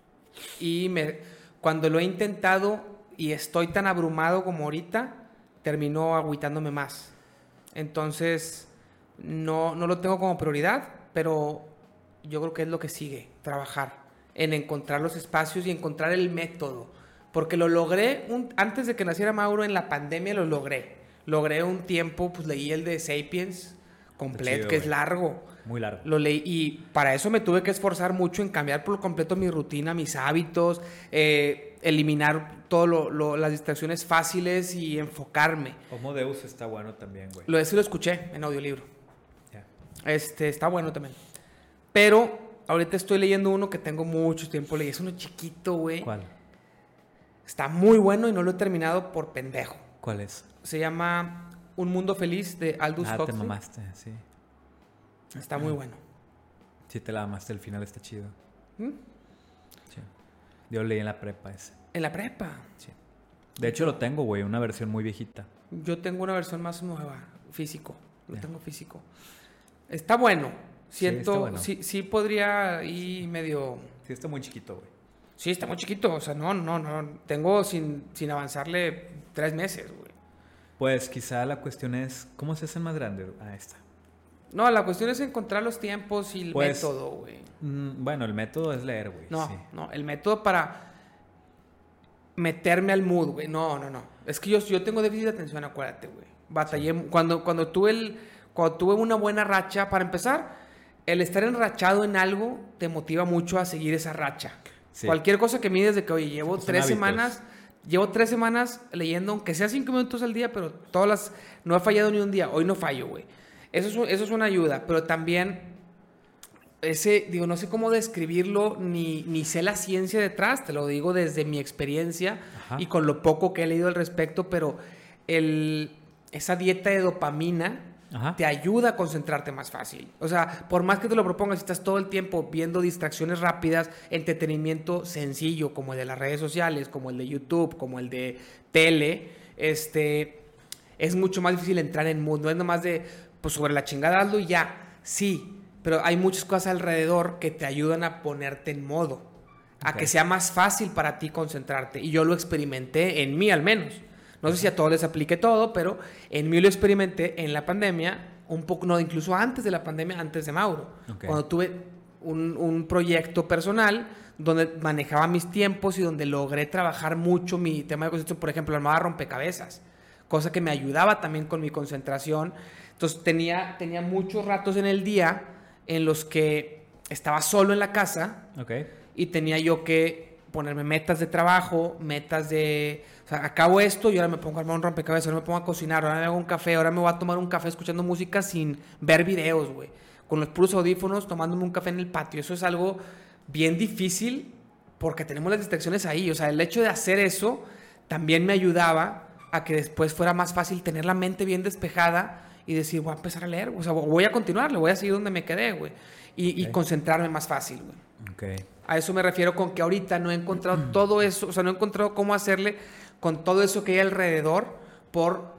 Y me, cuando lo he intentado y estoy tan abrumado como ahorita, termino agüitándome más. Entonces, no, no lo tengo como prioridad, pero yo creo que es lo que sigue, trabajar en encontrar los espacios y encontrar el método. Porque lo logré, un, antes de que naciera Mauro, en la pandemia lo logré. Logré un tiempo, pues leí el de Sapiens completo, chido, que güey. Es largo. Muy largo. Lo leí y para eso me tuve que esforzar mucho en cambiar por completo mi rutina, mis hábitos, eh, eliminar todas las distracciones fáciles y enfocarme. Homo Deus está bueno también, güey. Lo, ese lo escuché en audiolibro. Yeah. Este, está bueno también. Pero ahorita estoy leyendo uno que tengo mucho tiempo leyendo. Es uno chiquito, güey. ¿Cuál? Está muy bueno y no lo he terminado por pendejo. ¿Cuál es? Se llama Un Mundo Feliz de Aldous Huxley. Ah, te mamaste, sí. Está muy bueno. Sí, te la mamaste. El final está chido. ¿Mm? Sí. Yo leí en la prepa ese. ¿En la prepa? Sí. De hecho, lo tengo, güey. Una versión muy viejita. Yo tengo una versión más nueva. Físico. Lo yeah. tengo físico. Está bueno. Siento... Sí, está bueno. sí, sí podría ir medio... Sí, está muy chiquito, güey. Sí, está muy chiquito. O sea, no, no, no. Tengo sin, sin avanzarle tres meses, güey. Pues quizá la cuestión es... ¿Cómo se hace más grande? Ah, está. No, la cuestión es encontrar los tiempos y el pues, método, güey. Mmm, bueno, el método es leer, güey. No, sí. no. El método para meterme al mood, güey. No, no, no. Es que yo, yo tengo déficit de atención, acuérdate, güey. Batallé. Sí. Cuando, cuando, tuve el, cuando tuve una buena racha, para empezar, el estar enrachado en algo te motiva mucho a seguir esa racha. Sí. Cualquier cosa que mides de que, oye, llevo pues tres hábitos. semanas, llevo tres semanas leyendo, aunque sea cinco minutos al día, pero todas las, no he fallado ni un día, hoy no fallo, güey. Eso es, eso es una ayuda, pero también, ese, digo, no sé cómo describirlo, ni, ni sé la ciencia detrás, te lo digo desde mi experiencia. Ajá. Y con lo poco que he leído al respecto, pero el, esa dieta de dopamina, ajá, te ayuda a concentrarte más fácil. O sea, por más que te lo propongas, si estás todo el tiempo viendo distracciones rápidas, entretenimiento sencillo, como el de las redes sociales, como el de YouTube, como el de tele, este, es mucho más difícil entrar en mood. No es nomás de, pues sobre la chingada hazlo y ya. Sí, pero hay muchas cosas alrededor que te ayudan a ponerte en modo, a okay. que sea más fácil para ti concentrarte. Y yo lo experimenté en mí al menos. No sé si a todos les aplique todo, pero en mí lo experimenté en la pandemia, un poco, no, incluso antes de la pandemia, antes de Mauro. Okay. Cuando tuve un, un proyecto personal donde manejaba mis tiempos y donde logré trabajar mucho mi tema de concentración. Por ejemplo, armaba rompecabezas, cosa que me ayudaba también con mi concentración. Entonces tenía, tenía muchos ratos en el día en los que estaba solo en la casa, okay, y tenía yo que ponerme metas de trabajo, metas de... O sea, acabo esto y ahora me pongo a armar un rompecabezas, ahora me pongo a cocinar, ahora me hago un café, ahora me voy a tomar un café escuchando música sin ver videos, güey. Con los puros audífonos, tomándome un café en el patio. Eso es algo bien difícil porque tenemos las distracciones ahí. O sea, el hecho de hacer eso también me ayudaba a que después fuera más fácil tener la mente bien despejada y decir, voy a empezar a leer. O sea, voy a continuar, le voy a seguir donde me quedé, güey. Y, okay, y concentrarme más fácil, güey. Okay. A eso me refiero con que ahorita no he encontrado todo eso, o sea, no he encontrado cómo hacerle con todo eso que hay alrededor por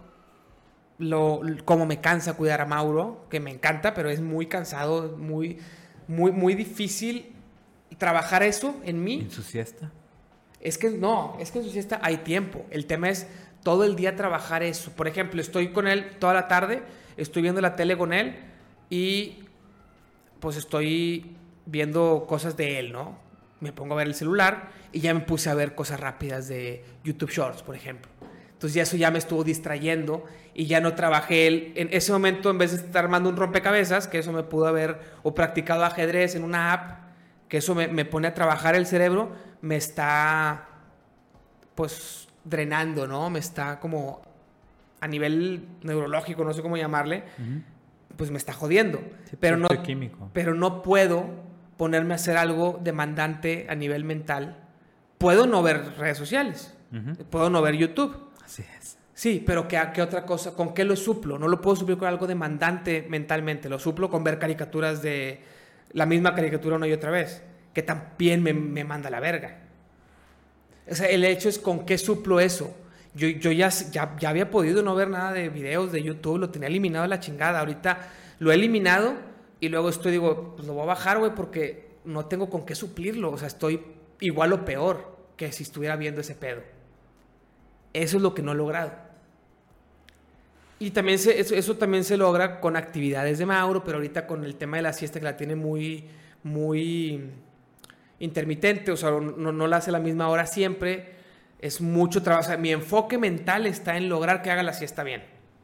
lo como me cansa cuidar a Mauro, que me encanta, pero es muy cansado, muy muy muy difícil trabajar eso en mí. ¿En su siesta? Es que no, es que en su siesta hay tiempo. El tema es todo el día trabajar eso. Por ejemplo, estoy con él toda la tarde, estoy viendo la tele con él y pues estoy viendo cosas de él, ¿no? Me pongo a ver el celular y ya me puse a ver cosas rápidas de YouTube Shorts, por ejemplo. Entonces ya eso ya me estuvo distrayendo y ya no trabajé él. En ese momento, en vez de estar armando un rompecabezas, que eso me pudo haber, o practicado ajedrez en una app, que eso me, me pone a trabajar el cerebro, me está, pues, drenando, ¿no? Me está como, a nivel neurológico, no sé cómo llamarle, uh-huh, pues me está jodiendo. Sí, pero, no, químico. pero no puedo ponerme a hacer algo demandante a nivel mental. Puedo no ver redes sociales, uh-huh, puedo no ver YouTube. Así es. Sí, pero ¿qué, qué otra cosa? ¿Con qué lo suplo? No lo puedo suplir con algo demandante mentalmente. Lo suplo con ver caricaturas de la misma caricatura una y otra vez, que también me, me manda a la verga. O sea, el hecho es con qué suplo eso. Yo, yo ya, ya, ya había podido no ver nada de videos de YouTube, lo tenía eliminado a la chingada. Ahorita lo he eliminado y luego estoy, digo, pues lo voy a bajar, güey, porque no tengo con qué suplirlo. O sea, estoy igual o peor que si estuviera viendo ese pedo. Eso es lo que no he logrado. Y también se, eso, eso también se logra con actividades de Mauro, pero ahorita con el tema de la siesta que la tiene muy, muy intermitente, o sea, no, no la hace a la misma hora siempre. Es mucho trabajo. O sea, mi enfoque mental está en lograr que haga la siesta bien.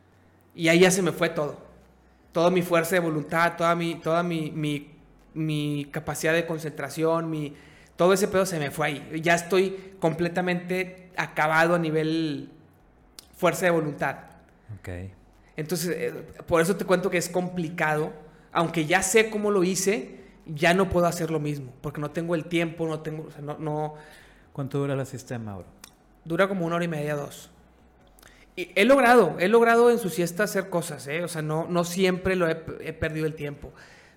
Y ahí ya se me fue todo. Toda mi fuerza de voluntad, toda mi, toda mi, mi, mi capacidad de concentración, mi, todo ese pedo se me fue ahí. Ya estoy completamente acabado a nivel fuerza de voluntad. Ok. Entonces, eh, por eso te cuento que es complicado. Aunque ya sé cómo lo hice, ya no puedo hacer lo mismo. Porque no tengo el tiempo, no tengo... O sea, no, no... ¿Cuánto dura la siesta de Mauro? Dura como una hora y media, dos. Y he logrado, he logrado en su siesta hacer cosas, ¿eh? O sea, no, no siempre lo he, he perdido el tiempo.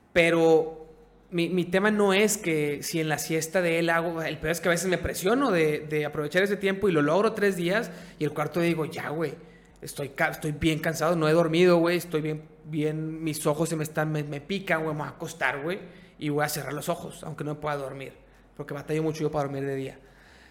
Pero mi, mi tema no es que si en la siesta de él hago... El peor es que a veces me presiono de, de aprovechar ese tiempo y lo logro tres días y el cuarto digo, ya, güey, estoy, estoy bien cansado, no he dormido, güey, estoy bien, bien, mis ojos se me están, me, me pican, güey, me voy a acostar, güey, y voy a cerrar los ojos, aunque no pueda dormir, porque batallo mucho yo para dormir de día.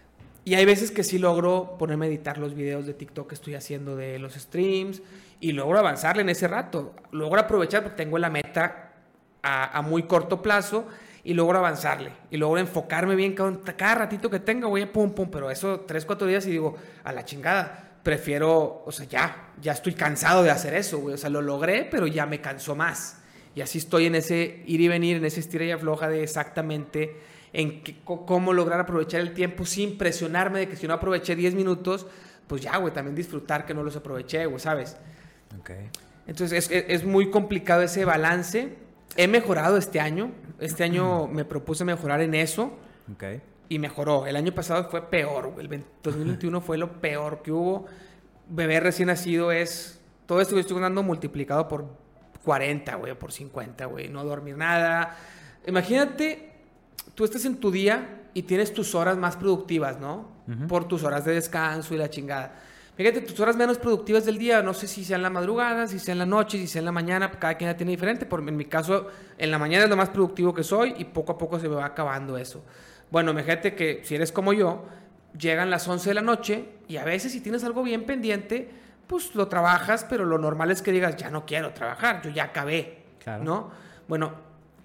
Y hay veces que sí logro ponerme a editar los videos de TikTok que estoy haciendo de los streams y logro avanzarle en ese rato. Logro aprovechar porque tengo la meta a, a muy corto plazo y logro avanzarle. Y logro enfocarme bien cada, cada ratito que tenga, voy a pum, pum. Pero eso, tres, cuatro días y digo, a la chingada, prefiero, o sea, ya, ya estoy cansado de hacer eso, güey. O sea, lo logré, pero ya me cansó más. Y así estoy en ese ir y venir, en ese estira y afloja de exactamente... en que, cómo lograr aprovechar el tiempo sin presionarme de que si no aproveché diez minutos, pues ya, güey, también disfrutar que no los aproveché, güey, ¿sabes? Ok. Entonces es, es muy complicado ese balance. He mejorado este año. Este año me propuse mejorar en eso. Ok. Y mejoró. El año pasado fue peor, güey. El dos mil veintiuno fue lo peor que hubo. Bebé recién nacido es... Todo esto que estoy ganando multiplicado por cuarenta, güey, o por cincuenta, güey. No dormir nada. Imagínate... Tú estás en tu día y tienes tus horas más productivas, ¿no? Uh-huh. Por tus horas de descanso y la chingada. Fíjate, tus horas menos productivas del día, no sé si sea en la madrugada, si sea en la noche, si sea en la mañana, cada quien la tiene diferente. Por, en mi caso, en la mañana es lo más productivo que soy y poco a poco se me va acabando eso. Bueno, fíjate que si eres como yo, llegan las once de la noche y a veces si tienes algo bien pendiente, pues lo trabajas, pero lo normal es que digas, ya no quiero trabajar, yo ya acabé, claro. ¿No? Bueno,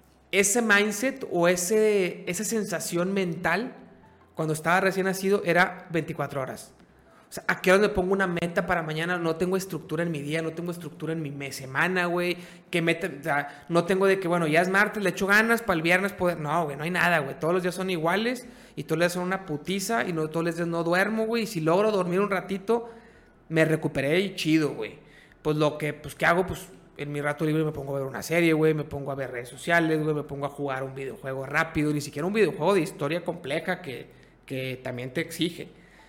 ese mindset o ese, esa sensación mental cuando estaba recién nacido era veinticuatro horas. O sea, ¿a qué hora me pongo una meta para mañana? No tengo estructura en mi día, no tengo estructura en mi mes, semana, güey. ¿Qué meta? O sea, no tengo de que, bueno, ya es martes, le echo ganas para el viernes poder... No, güey, no hay nada, güey. Todos los días son iguales y todos los días son una putiza y no, todos los días no duermo, güey. Y si logro dormir un ratito, me recuperé y chido, güey. Pues lo que, pues, ¿qué hago? Pues... En mi rato libre me pongo a ver una serie, güey, me pongo a ver redes sociales, güey, me pongo a jugar un videojuego rápido, ni siquiera un videojuego de historia compleja que, que también te exige.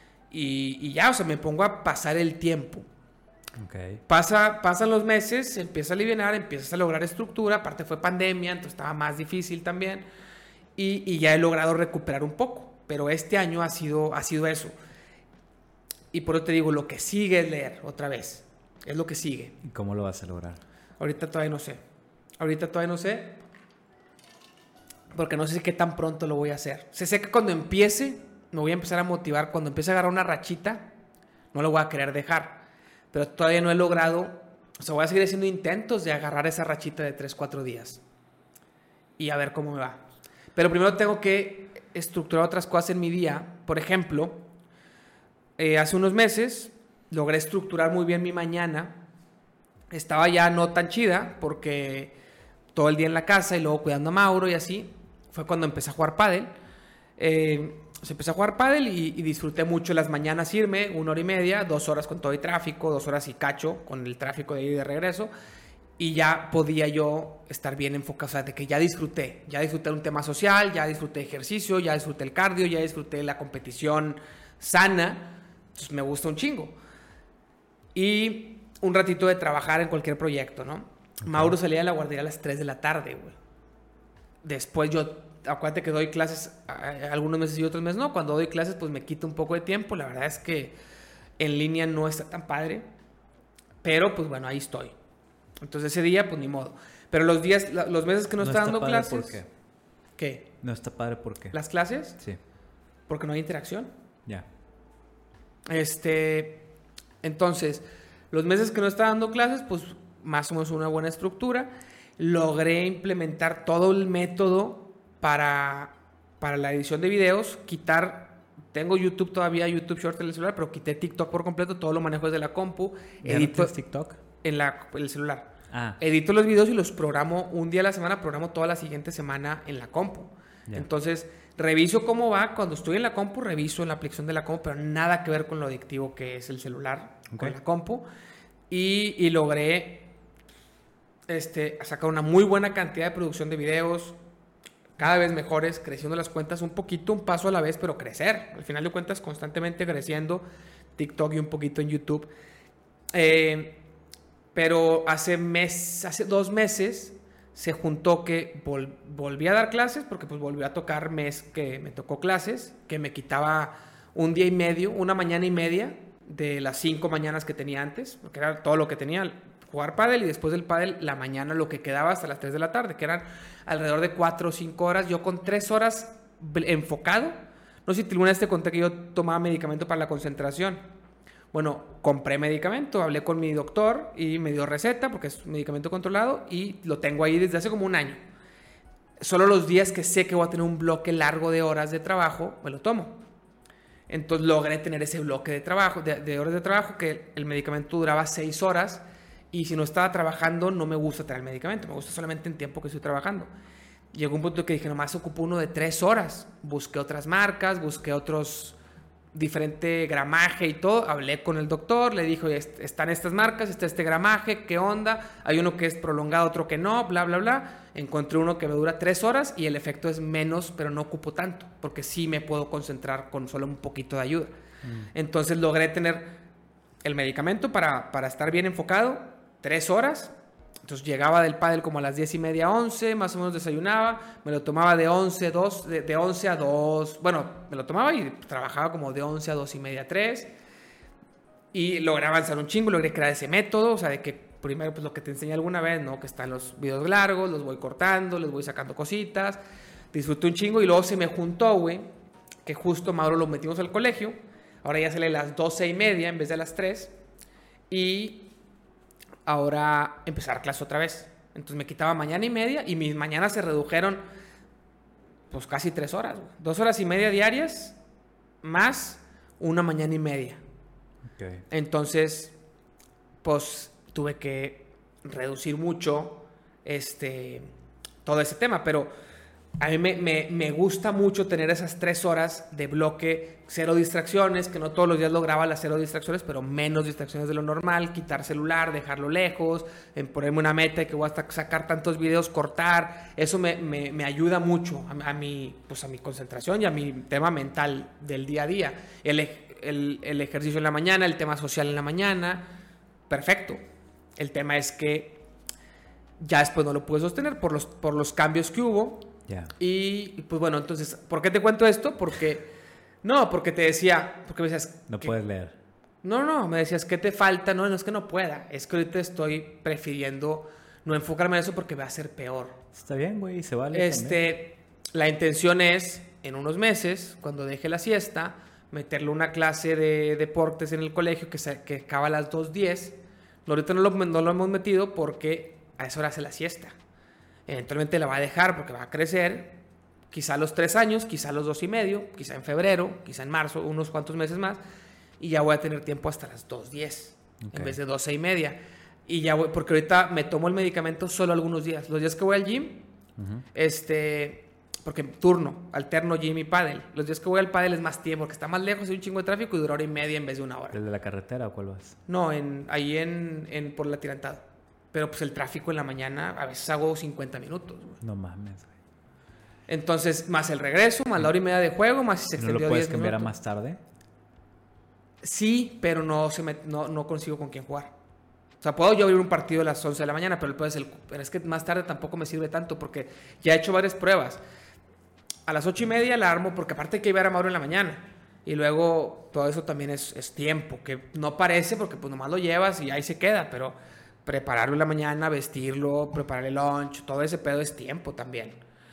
Y, y ya, o sea, me pongo a pasar el tiempo. Okay. Pasa, pasan los meses, empieza a aliviar, empiezas a lograr estructura, aparte fue pandemia, entonces estaba más difícil también, y, y ya he logrado recuperar un poco, pero este año ha sido, ha sido eso. Y por eso te digo, lo que sigue es leer otra vez, es lo que sigue. ¿Y cómo lo vas a lograr? Ahorita todavía no sé. Ahorita todavía no sé. Porque no sé qué tan pronto lo voy a hacer. Se sé que cuando empiece, me voy a empezar a motivar. Cuando empiece a agarrar una rachita, no lo voy a querer dejar. Pero todavía no he logrado. O sea, voy a seguir haciendo intentos de agarrar esa rachita de tres, cuatro días. Y a ver cómo me va. Pero primero tengo que estructurar otras cosas en mi día. Por ejemplo, eh, hace unos meses logré estructurar muy bien mi mañana. Estaba ya no tan chida porque todo el día en la casa y luego cuidando a Mauro y así. Fue cuando empecé a jugar pádel. Eh, pues empecé a jugar pádel y, y disfruté mucho las mañanas irme, una hora y media, dos horas con todo el tráfico, dos horas y cacho con el tráfico de ida y de regreso. Y ya podía yo estar bien enfocado, o sea, de que ya disfruté. Ya disfruté un tema social, ya disfruté ejercicio, ya disfruté el cardio, ya disfruté la competición sana. Entonces me gusta un chingo. Y un ratito de trabajar en cualquier proyecto, ¿no? Okay. Mauro salía de la guardería a las tres de la tarde, güey. Después yo, acuérdate que doy clases algunos meses y otros meses no. Cuando doy clases, pues me quito un poco de tiempo. La verdad es que En línea no está tan padre, pero pues bueno, ahí estoy. Entonces ese día, pues ni modo. Pero los días, los meses que no, no está, está dando clases... ¿Por qué? ¿Qué? No está padre, ¿por qué? ¿Las clases? Sí. Porque no hay interacción. Ya. Este... Entonces, los meses que no está dando clases, pues más o menos una buena estructura. Logré implementar todo el método para, para la edición de videos. Quitar... Tengo YouTube todavía, YouTube Short en el celular, pero quité TikTok por completo. Todo lo manejo desde la compu. ¿Ya edito no TikTok? En, la, en el celular. Ah. Edito los videos y los programo un día a la semana. Programo toda la siguiente semana en la compu. Ya. Entonces, reviso cómo va. Cuando estoy en la compu, reviso en la aplicación de la compu, pero nada que ver con lo adictivo que es el celular, okay, con la compu. Y, y logré este, sacar una muy buena cantidad de producción de videos, cada vez mejores, creciendo las cuentas un poquito, un paso a la vez, pero crecer. Al final de cuentas, constantemente creciendo. TikTok y un poquito en YouTube. Eh, pero hace, mes, hace dos meses se juntó que vol, volví a dar clases, porque pues volví a tocar mes que me tocó clases, que me quitaba un día y medio, una mañana y media de las cinco mañanas que tenía antes, porque era todo lo que tenía, jugar pádel, y después del pádel la mañana lo que quedaba hasta las tres de la tarde, que eran alrededor de cuatro o cinco horas, yo con tres horas enfocado. No sé si alguna vez te conté que yo tomaba medicamento para la concentración. Bueno, compré medicamento, hablé con mi doctor y me dio receta, porque es un medicamento controlado, y lo tengo ahí desde hace como un año. Solo los días que sé que voy a tener un bloque largo de horas de trabajo, me lo tomo. Entonces logré tener ese bloque de trabajo, de, de horas de trabajo, que el medicamento duraba seis horas, y si no estaba trabajando no me gusta tener el medicamento, me gusta solamente en tiempo que estoy trabajando. Llegó un punto que dije, nomás ocupo uno de tres horas. Busqué otras marcas, busqué otros diferente gramaje y todo. Hablé con el doctor, le dije, están estas marcas, está este gramaje, ¿qué onda? Hay uno que es prolongado, otro que no, bla, bla, bla. Encontré uno que me dura tres horas y el efecto es menos, pero no ocupo tanto, porque sí me puedo concentrar con solo un poquito de ayuda. Mm. Entonces logré tener el medicamento para, para estar bien enfocado, tres horas. Entonces llegaba del pádel como a las diez y media, once, más o menos desayunaba, me lo tomaba de once, dos, de, de once a dos, bueno, me lo tomaba y trabajaba como de once a dos y media, tres, y logré avanzar un chingo, logré crear ese método, o sea, de que primero pues lo que te enseñé alguna vez, ¿no? Que están los videos largos, los voy cortando, les voy sacando cositas, disfruté un chingo, y luego se me juntó, güey, que justo Mauro lo metimos al colegio, ahora ya sale a las doce y media en vez de a las tres, y ahora empezar clase otra vez. Entonces me quitaba mañana y media y mis mañanas se redujeron pues casi tres horas. Güey. Dos horas y media diarias más una mañana y media. Okay. Entonces, pues tuve que reducir mucho este, todo ese tema. Pero a mí me, me, me gusta mucho tener esas tres horas de bloque, cero distracciones, que no todos los días lograba las cero distracciones, pero menos distracciones de lo normal, quitar celular, dejarlo lejos, en ponerme una meta de que voy a sacar tantos videos, cortar, eso me, me, me ayuda mucho a, a, mi, pues a mi concentración y a mi tema mental del día a día. El, el, el ejercicio en la mañana, el tema social en la mañana, perfecto. El tema es que ya después no lo pude sostener por los, por los cambios que hubo. Yeah. Y pues bueno, entonces, ¿por qué te cuento esto? Porque, no, porque te decía, porque me decías... No que, puedes leer. No, no, me decías, ¿qué te falta? No, no es que no pueda, es que ahorita estoy prefiriendo no enfocarme en eso porque va a ser peor. Está bien, güey, se vale. Este, también. La intención es, en unos meses, cuando deje la siesta, meterle una clase de deportes en el colegio que, se, que acaba a las dos diez. Ahorita no lo, no lo hemos metido porque a esa hora hace la siesta. Eventualmente la va a dejar porque va a crecer, quizá a los tres años, quizá a los dos y medio, quizá en febrero, quizá en marzo, unos cuantos meses más, y ya voy a tener tiempo hasta las dos diez, okay, en vez de doce y media. Y ya voy, porque ahorita me tomo el medicamento solo algunos días. Los días que voy al gym, uh-huh, este, porque turno, alterno gym y pádel. Los días que voy al pádel es más tiempo, porque está más lejos, hay un chingo de tráfico y dura hora y media en vez de una hora. ¿El de la carretera o cuál vas? No, en, ahí en, en por el atirantado. Pero pues el tráfico en la mañana, a veces hago cincuenta minutos. Güey. No mames, güey. Entonces, más el regreso, más la hora y media de juego, más si se extendió ¿No lo puedes diez cambiar minutos. a más tarde? Sí, pero no, se me, no, no consigo con quién jugar. O sea, puedo yo abrir un partido a las once de la mañana, pero, el, el, pero es que más tarde tampoco me sirve tanto porque ya he hecho varias pruebas. A las ocho y media la armo porque aparte hay que ir a Mauro en la mañana. Y luego todo eso también es, es tiempo, que no parece porque pues nomás lo llevas y ahí se queda, pero prepararlo en la mañana, vestirlo, prepararle lunch, todo ese pedo es tiempo también.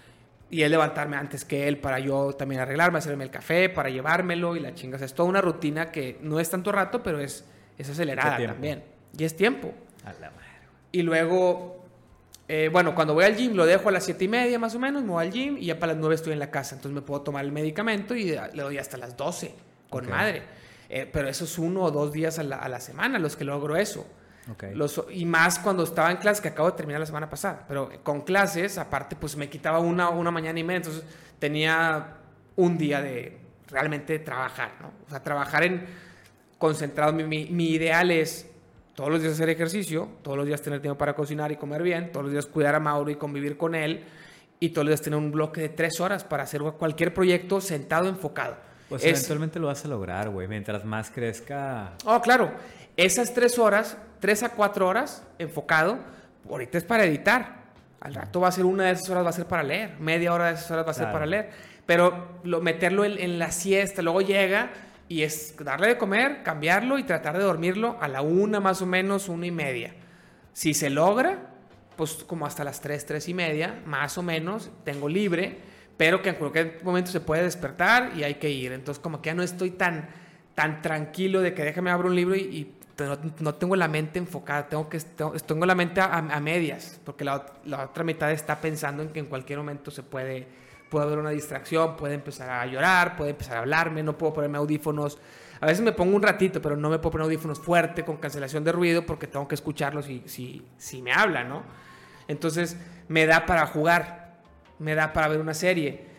Y es levantarme antes que él para yo también arreglarme, hacerme el café, para llevármelo y la chinga. O sea, es toda una rutina que no es tanto rato, pero es, es acelerada también. Y es tiempo. A la madre. Y luego, eh, bueno, cuando voy al gym lo dejo a las siete y media más o menos, me voy al gym y ya para las nueve estoy en la casa. Entonces me puedo tomar el medicamento y le doy hasta las doce con okay. madre. Eh, pero eso es uno o dos días a la, a la semana los que logro eso. Okay. Los, y más cuando estaba en clases, que acabo de terminar la semana pasada. Pero con clases, aparte, pues me quitaba una, una mañana y media. Entonces tenía un día de realmente trabajar, ¿no? O sea, trabajar en concentrado. Mi, mi, mi ideal es todos los días hacer ejercicio, todos los días tener tiempo para cocinar y comer bien, todos los días cuidar a Mauro y convivir con él, y todos los días tener un bloque de tres horas para hacer cualquier proyecto sentado, enfocado. Pues es, eventualmente lo vas a lograr, güey. Mientras más crezca... Oh, claro. Esas tres horas, tres a cuatro horas enfocado, ahorita es para editar. Al rato va a ser una de esas horas, va a ser para leer. Media hora de esas horas va a ser claro. para leer. Pero lo, meterlo en, en la siesta, luego llega y es darle de comer, cambiarlo y tratar de dormirlo a la una más o menos, una y media. Si se logra, pues como hasta las tres, tres y media, más o menos, tengo libre, pero que en cualquier momento se puede despertar y hay que ir. Entonces como que ya no estoy tan, tan tranquilo de que déjame abrir un libro y... y No, no tengo la mente enfocada, tengo, que, tengo, tengo la mente a, a medias, porque la, la otra mitad está pensando en que en cualquier momento se puede, puede haber una distracción, puede empezar a llorar, puede empezar a hablarme, no puedo ponerme audífonos. A veces me pongo un ratito, pero no me puedo poner audífonos fuerte con cancelación de ruido porque tengo que escucharlos si, si, si me habla, ¿no? Entonces me da para jugar, me da para ver una serie.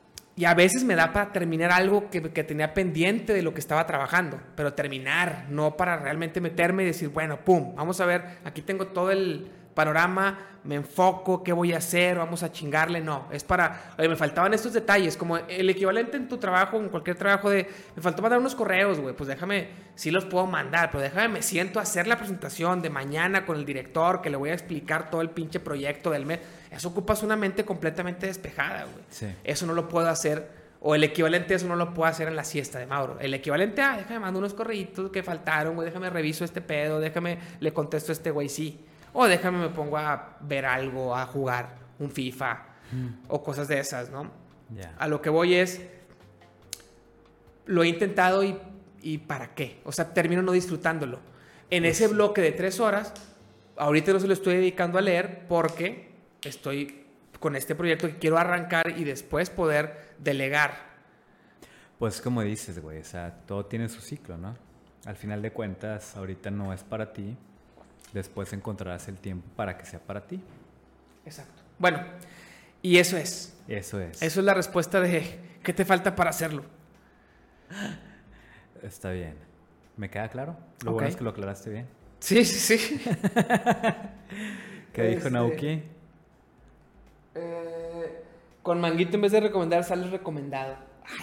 Y a veces me da para terminar algo que, que tenía pendiente de lo que estaba trabajando. Pero terminar, no para realmente meterme y decir, bueno, pum, vamos a ver, aquí tengo todo el panorama, me enfoco, qué voy a hacer, vamos a chingarle. No, es para, oye, me faltaban estos detalles, como el equivalente en tu trabajo, en cualquier trabajo de, me faltó mandar unos correos, güey, pues déjame, sí los puedo mandar, pero déjame, me siento a hacer la presentación de mañana con el director, que le voy a explicar todo el pinche proyecto del mes. Eso ocupas una mente completamente despejada, güey. Sí. Eso no lo puedo hacer, o el equivalente a eso no lo puedo hacer en la siesta de Mauro. El equivalente a, déjame mando unos correitos que faltaron, güey, déjame reviso este pedo, déjame le contesto a este güey sí. O déjame me pongo a ver algo, a jugar un FIFA mm. o cosas de esas, ¿no? Yeah. A lo que voy es, lo he intentado y, y ¿para qué? O sea, termino no disfrutándolo. En pues, ese bloque de tres horas, ahorita no se lo estoy dedicando a leer porque estoy con este proyecto que quiero arrancar y después poder delegar. Pues como dices, güey, o sea, todo tiene su ciclo, ¿no? Al final de cuentas, ahorita no es para ti. Después encontrarás el tiempo para que sea para ti. Exacto. Bueno, y eso es. Eso es. Eso es la respuesta de ¿qué te falta para hacerlo? Está bien. ¿Me queda claro? Lo okay. bueno es que lo aclaraste bien. Sí, sí, sí. ¿Qué dijo este... Naoki? Eh, con manguito en vez de recomendar, sales recomendado. Ay,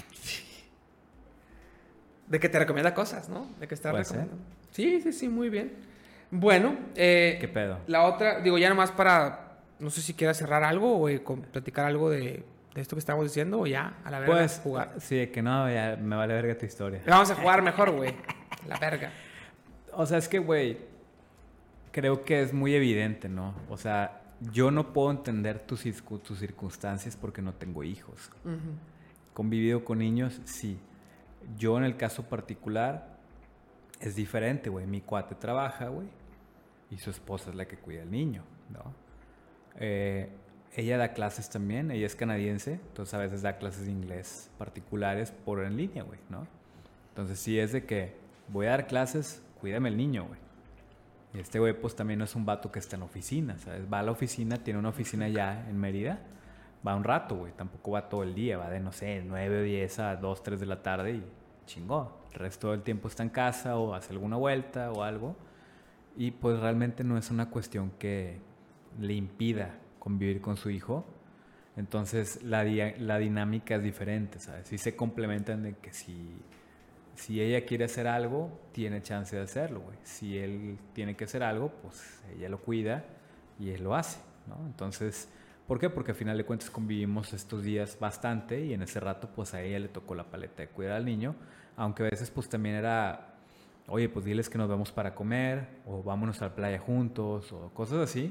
de que te recomienda cosas, ¿no? De que estás recomendando. Sí, sí, sí, muy bien. Bueno, eh, ¿qué pedo? La otra, digo, ya nomás para, no sé si quieras cerrar algo o eh, con, platicar algo de, de esto que estábamos diciendo o ya, a la verga, pues, jugar. Sí, que no, ya me vale verga tu historia. Vamos a jugar mejor, güey. La verga. O sea, es que, güey, creo que es muy evidente, ¿no? O sea, yo no puedo entender tus, tus circunstancias porque no tengo hijos. Uh-huh. Convivido con niños, sí. Yo, en el caso particular, es diferente, güey. Mi cuate trabaja, güey. Y su esposa es la que cuida al niño, ¿no? Eh, ella da clases también. Ella es canadiense. Entonces, a veces da clases de inglés particulares por en línea, güey, ¿no? Entonces, sí es de que voy a dar clases, cuídame el niño, güey. Y este güey, pues, también no es un vato que está en la oficina, ¿sabes? Va a la oficina, tiene una oficina ya en Mérida. Va un rato, güey. Tampoco va todo el día. Va de, no sé, nueve o diez a dos, tres de la tarde y chingó. El resto del tiempo está en casa o hace alguna vuelta o algo. Y pues realmente no es una cuestión que le impida convivir con su hijo. Entonces la, di- la dinámica es diferente, ¿sabes? Sí se complementan de que si, si ella quiere hacer algo, tiene chance de hacerlo, güey. Si él tiene que hacer algo, pues ella lo cuida y él lo hace, ¿no? Entonces, ¿Por qué? Porque al final de cuentas convivimos estos días bastante y en ese rato pues a ella le tocó la paleta de cuidar al niño, aunque a veces pues también era, oye, pues diles que nos vemos para comer o vámonos a la playa juntos o cosas así,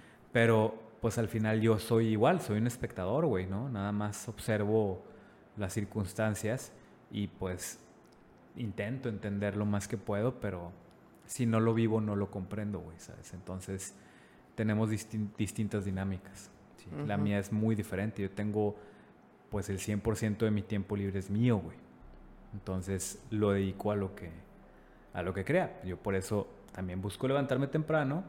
pero pues al final yo soy igual, soy un espectador, güey, ¿no? Nada más observo las circunstancias y pues intento entender lo más que puedo, pero si no lo vivo no lo comprendo, güey, ¿sabes? Entonces tenemos distin- distintas dinámicas. ¿Sí? Uh-huh. La mía es muy diferente. Yo tengo, pues el cien por ciento de mi tiempo libre es mío, güey. Entonces lo dedico a lo que, a lo que crea. Yo por eso también busco levantarme temprano,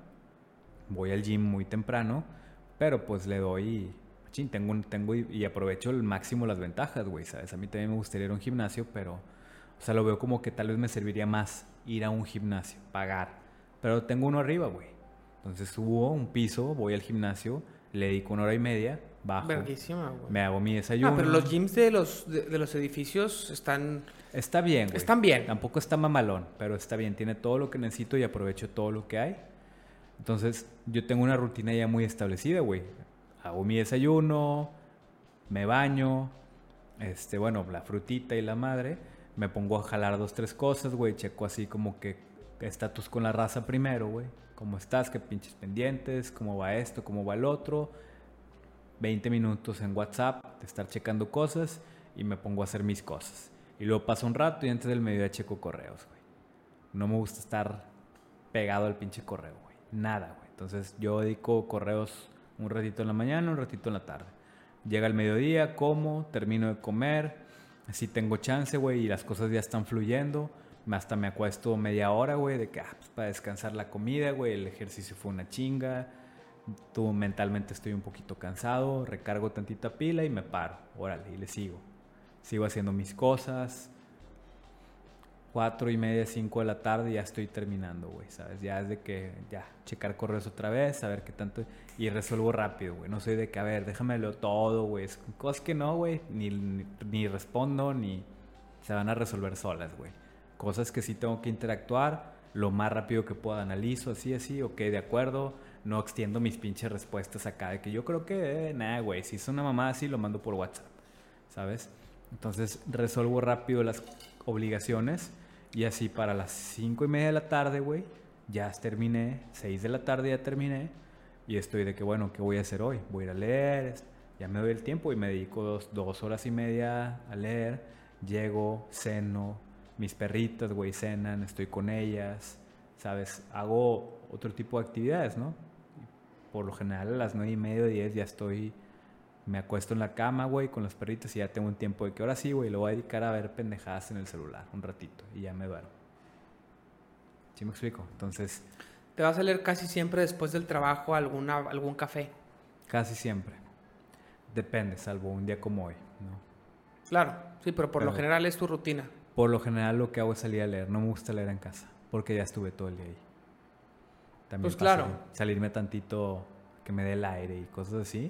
voy al gym muy temprano, pero pues le doy, chin, tengo, un, tengo y, y aprovecho al máximo las ventajas, güey, ¿sabes? A mí también me gustaría ir a un gimnasio, pero, o sea, lo veo como que tal vez me serviría más ir a un gimnasio, pagar, pero tengo uno arriba, güey. Entonces subo un piso, voy al gimnasio, le dedico una hora y media, bajo, Verguísima, güey. Me hago mi desayuno. Ah, pero los gyms de los, de, de los edificios están... Está bien, güey. Están bien. Tampoco está mamalón, pero está bien. Tiene todo lo que necesito y aprovecho todo lo que hay. Entonces, yo tengo una rutina ya muy establecida, güey. Hago mi desayuno, me baño, este, bueno, la frutita y la madre. Me pongo a jalar dos, tres cosas, güey. Checo así como que estatus con la raza primero, güey. ¿Cómo estás? ¿Qué pinches pendientes? ¿Cómo va esto? ¿Cómo va el otro? veinte minutos en WhatsApp de estar checando cosas y me pongo a hacer mis cosas. Y luego paso un rato y antes del mediodía checo correos, güey. No me gusta estar pegado al pinche correo, güey. Nada, güey. Entonces yo dedico correos un ratito en la mañana, un ratito en la tarde. Llega el mediodía, como, termino de comer. Así tengo chance, güey, y las cosas ya están fluyendo. Hasta me acuesto media hora, güey, de que, ah, pues para descansar la comida, güey. El ejercicio fue una chinga. Tú mentalmente estoy un poquito cansado. Recargo tantita pila y me paro. Órale, y le sigo. Sigo haciendo mis cosas. Cuatro y media, cinco de la tarde ya estoy terminando, güey, ¿sabes? Ya es de que, ya, checar correos otra vez, saber qué tanto... Y resuelvo rápido, güey. No soy de que, a ver, déjame leer todo, güey. Cosas que no, güey. Ni, ni, ni respondo, ni se van a resolver solas, güey. Cosas que sí tengo que interactuar lo más rápido que pueda. Analizo, así, así, ok, de acuerdo. No extiendo mis pinches respuestas acá. De que yo creo que, eh, nada, güey. Si es una mamá así, lo mando por WhatsApp, ¿sabes? Entonces, resuelvo rápido las obligaciones. Y así para las cinco y media de la tarde, güey, ya terminé. seis de la tarde ya terminé. Y estoy de que, bueno, ¿qué voy a hacer hoy? Voy a ir a leer. Ya me doy el tiempo y me dedico dos, dos horas y media a leer. Llego, ceno. Mis perritas, güey, cenan. Estoy con ellas. ¿Sabes? Hago otro tipo de actividades, ¿no? Por lo general a las nueve y media, diez ya estoy... Me acuesto en la cama, güey, con los perritos y ya tengo un tiempo de que ahora sí, güey, lo voy a dedicar a ver pendejadas en el celular un ratito y ya me duermo. ¿Sí me explico? Entonces... ¿Te vas a leer casi siempre después del trabajo alguna, algún café? Casi siempre. Depende, salvo un día como hoy, ¿no? Claro, sí, pero por pero, lo general es tu rutina. Por lo general lo que hago es salir a leer. No me gusta leer en casa porque ya estuve todo el día ahí. También pues claro. Salir, salirme tantito, que me dé el aire y cosas así.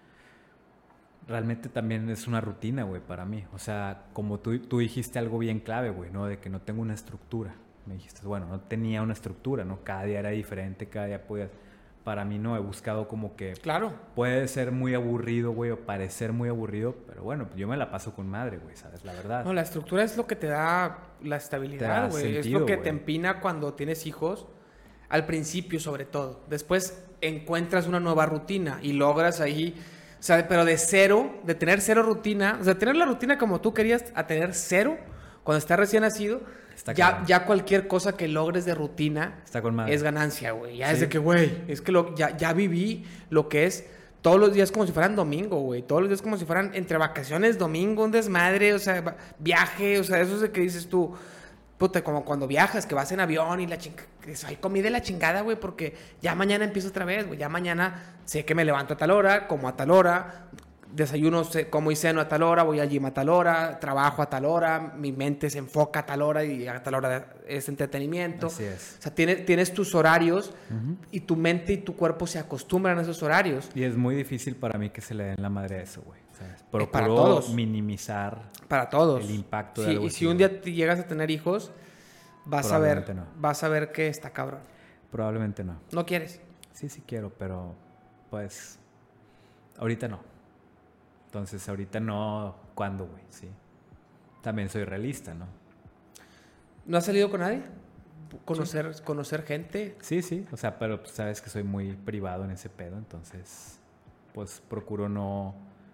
Realmente también es una rutina, güey, para mí. O sea, como tú, tú dijiste algo bien clave, güey, ¿no? De que no tengo una estructura. Me dijiste, bueno, no tenía una estructura, ¿no? Cada día era diferente, cada día podía... Para mí no, he buscado como que... Claro. Puede ser muy aburrido, güey, o parecer muy aburrido, pero bueno, yo me la paso con madre, güey, ¿sabes? La verdad. No, la estructura es lo que te da la estabilidad, güey. Es lo que wey. te empina cuando tienes hijos. Al principio, sobre todo. Después encuentras una nueva rutina y logras ahí... O sea, pero de cero, de tener cero rutina, o sea, tener la rutina como tú querías a tener cero cuando estás recién nacido, ya, ya cualquier cosa que logres de rutina Está con madre. Es ganancia, güey. Ya ¿Sí? es de que, güey, es que lo, ya, ya viví lo que es todos los días como si fueran domingo, güey. Todos los días como si fueran entre vacaciones, domingo, un desmadre, o sea, viaje, o sea, eso es de que dices tú... Puta, como cuando viajas, que vas en avión y la chingada... Hay comida de la chingada, güey, porque ya mañana empiezo otra vez, güey. Ya mañana sé que me levanto a tal hora, como a tal hora, desayuno, como y ceno a tal hora, voy al gym a tal hora, trabajo a tal hora, mi mente se enfoca a tal hora y a tal hora es entretenimiento. Así es. O sea, tienes, tienes tus horarios uh-huh. y tu mente y tu cuerpo se acostumbran a esos horarios. Y es muy difícil para mí que se le den la madre a eso, güey. Procuro para todos. minimizar para todos. el impacto sí, de algo y así, si un día te llegas a tener hijos, vas a ver, no. vas a ver que está cabrón. Probablemente no. ¿No quieres? Sí, sí quiero, pero pues Ahorita no. Entonces, ahorita no, ¿cuándo, güey? Sí. También soy realista, ¿no? ¿No has salido con nadie? ¿Conocer, sí. conocer gente? Sí, sí. O sea, pero pues, sabes que soy muy privado en ese pedo, entonces, pues procuro no,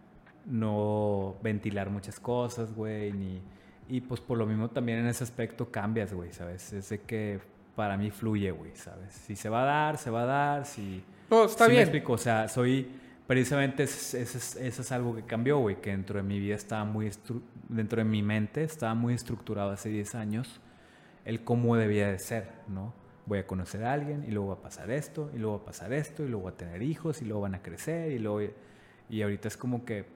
no ventilar muchas cosas, güey, ni... Y pues por lo mismo también en ese aspecto cambias, güey, ¿sabes? Es de que para mí fluye, güey, ¿sabes? Si se va a dar, se va a dar, si... No, está si bien. Me explico, o sea, soy... Precisamente eso es, es, es, es algo que cambió, güey, que dentro de mi vida estaba muy... Estru... Dentro de mi mente estaba muy estructurado hace diez años el cómo debía de ser, ¿no? Voy a conocer a alguien y luego va a pasar esto, y luego va a pasar esto, y luego va a tener hijos, y luego van a crecer, y luego... Y ahorita es como que...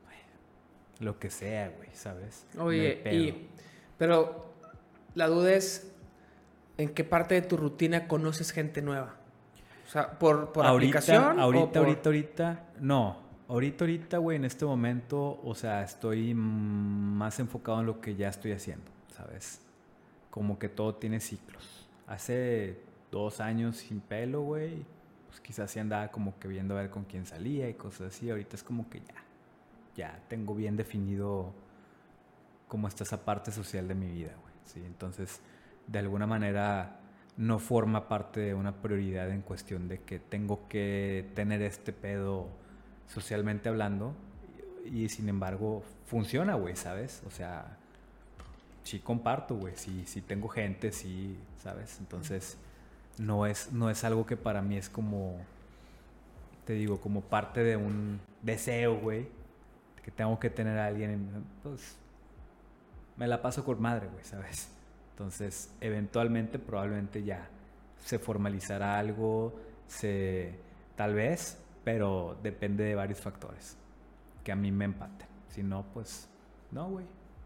Lo que sea, güey, ¿sabes? Oye, y... Pero la duda es... ¿En qué parte de tu rutina conoces gente nueva? O sea, ¿por, por ahorita, aplicación? Ahorita, o por... ahorita, ahorita... No. Ahorita, ahorita, güey, en este momento... O sea, estoy más enfocado en lo que ya estoy haciendo, ¿sabes? Como que todo tiene ciclos. Hace dos años sin pelo, güey... Pues quizás sí andaba como que viendo a ver con quién salía y cosas así. Ahorita es como que ya... Ya tengo bien definido... Cómo está esa parte social de mi vida, güey. ¿Sí? Entonces, de alguna manera... no forma parte de una prioridad en cuestión de que tengo que tener este pedo socialmente hablando y, y sin embargo funciona, güey, ¿sabes? O sea, sí comparto, güey, sí, sí tengo gente, sí, ¿sabes? Entonces no es, no es algo que para mí es como, te digo, como parte de un deseo, güey, que tengo que tener a alguien, pues me la paso con madre, güey, ¿sabes? Entonces, eventualmente, probablemente ya se formalizará algo, se, tal vez, pero depende de varios factores que a mí me empaten. Si no, pues, no, güey.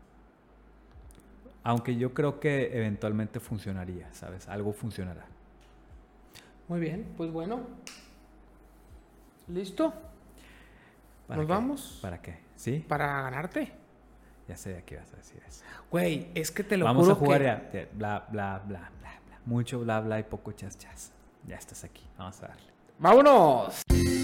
Aunque yo creo que eventualmente funcionaría, ¿sabes? Algo funcionará. Muy bien, pues bueno. ¿Listo? ¿Nos qué? vamos? ¿Para qué? ¿Sí? Para ganarte. Ya sé de qué vas a decir eso. Güey, es que te lo Vamos juro a jugar que... ya. Bla, bla, bla, bla, bla. Mucho bla, bla y poco chas, chas. Ya estás aquí. Vamos a darle. ¡Vámonos!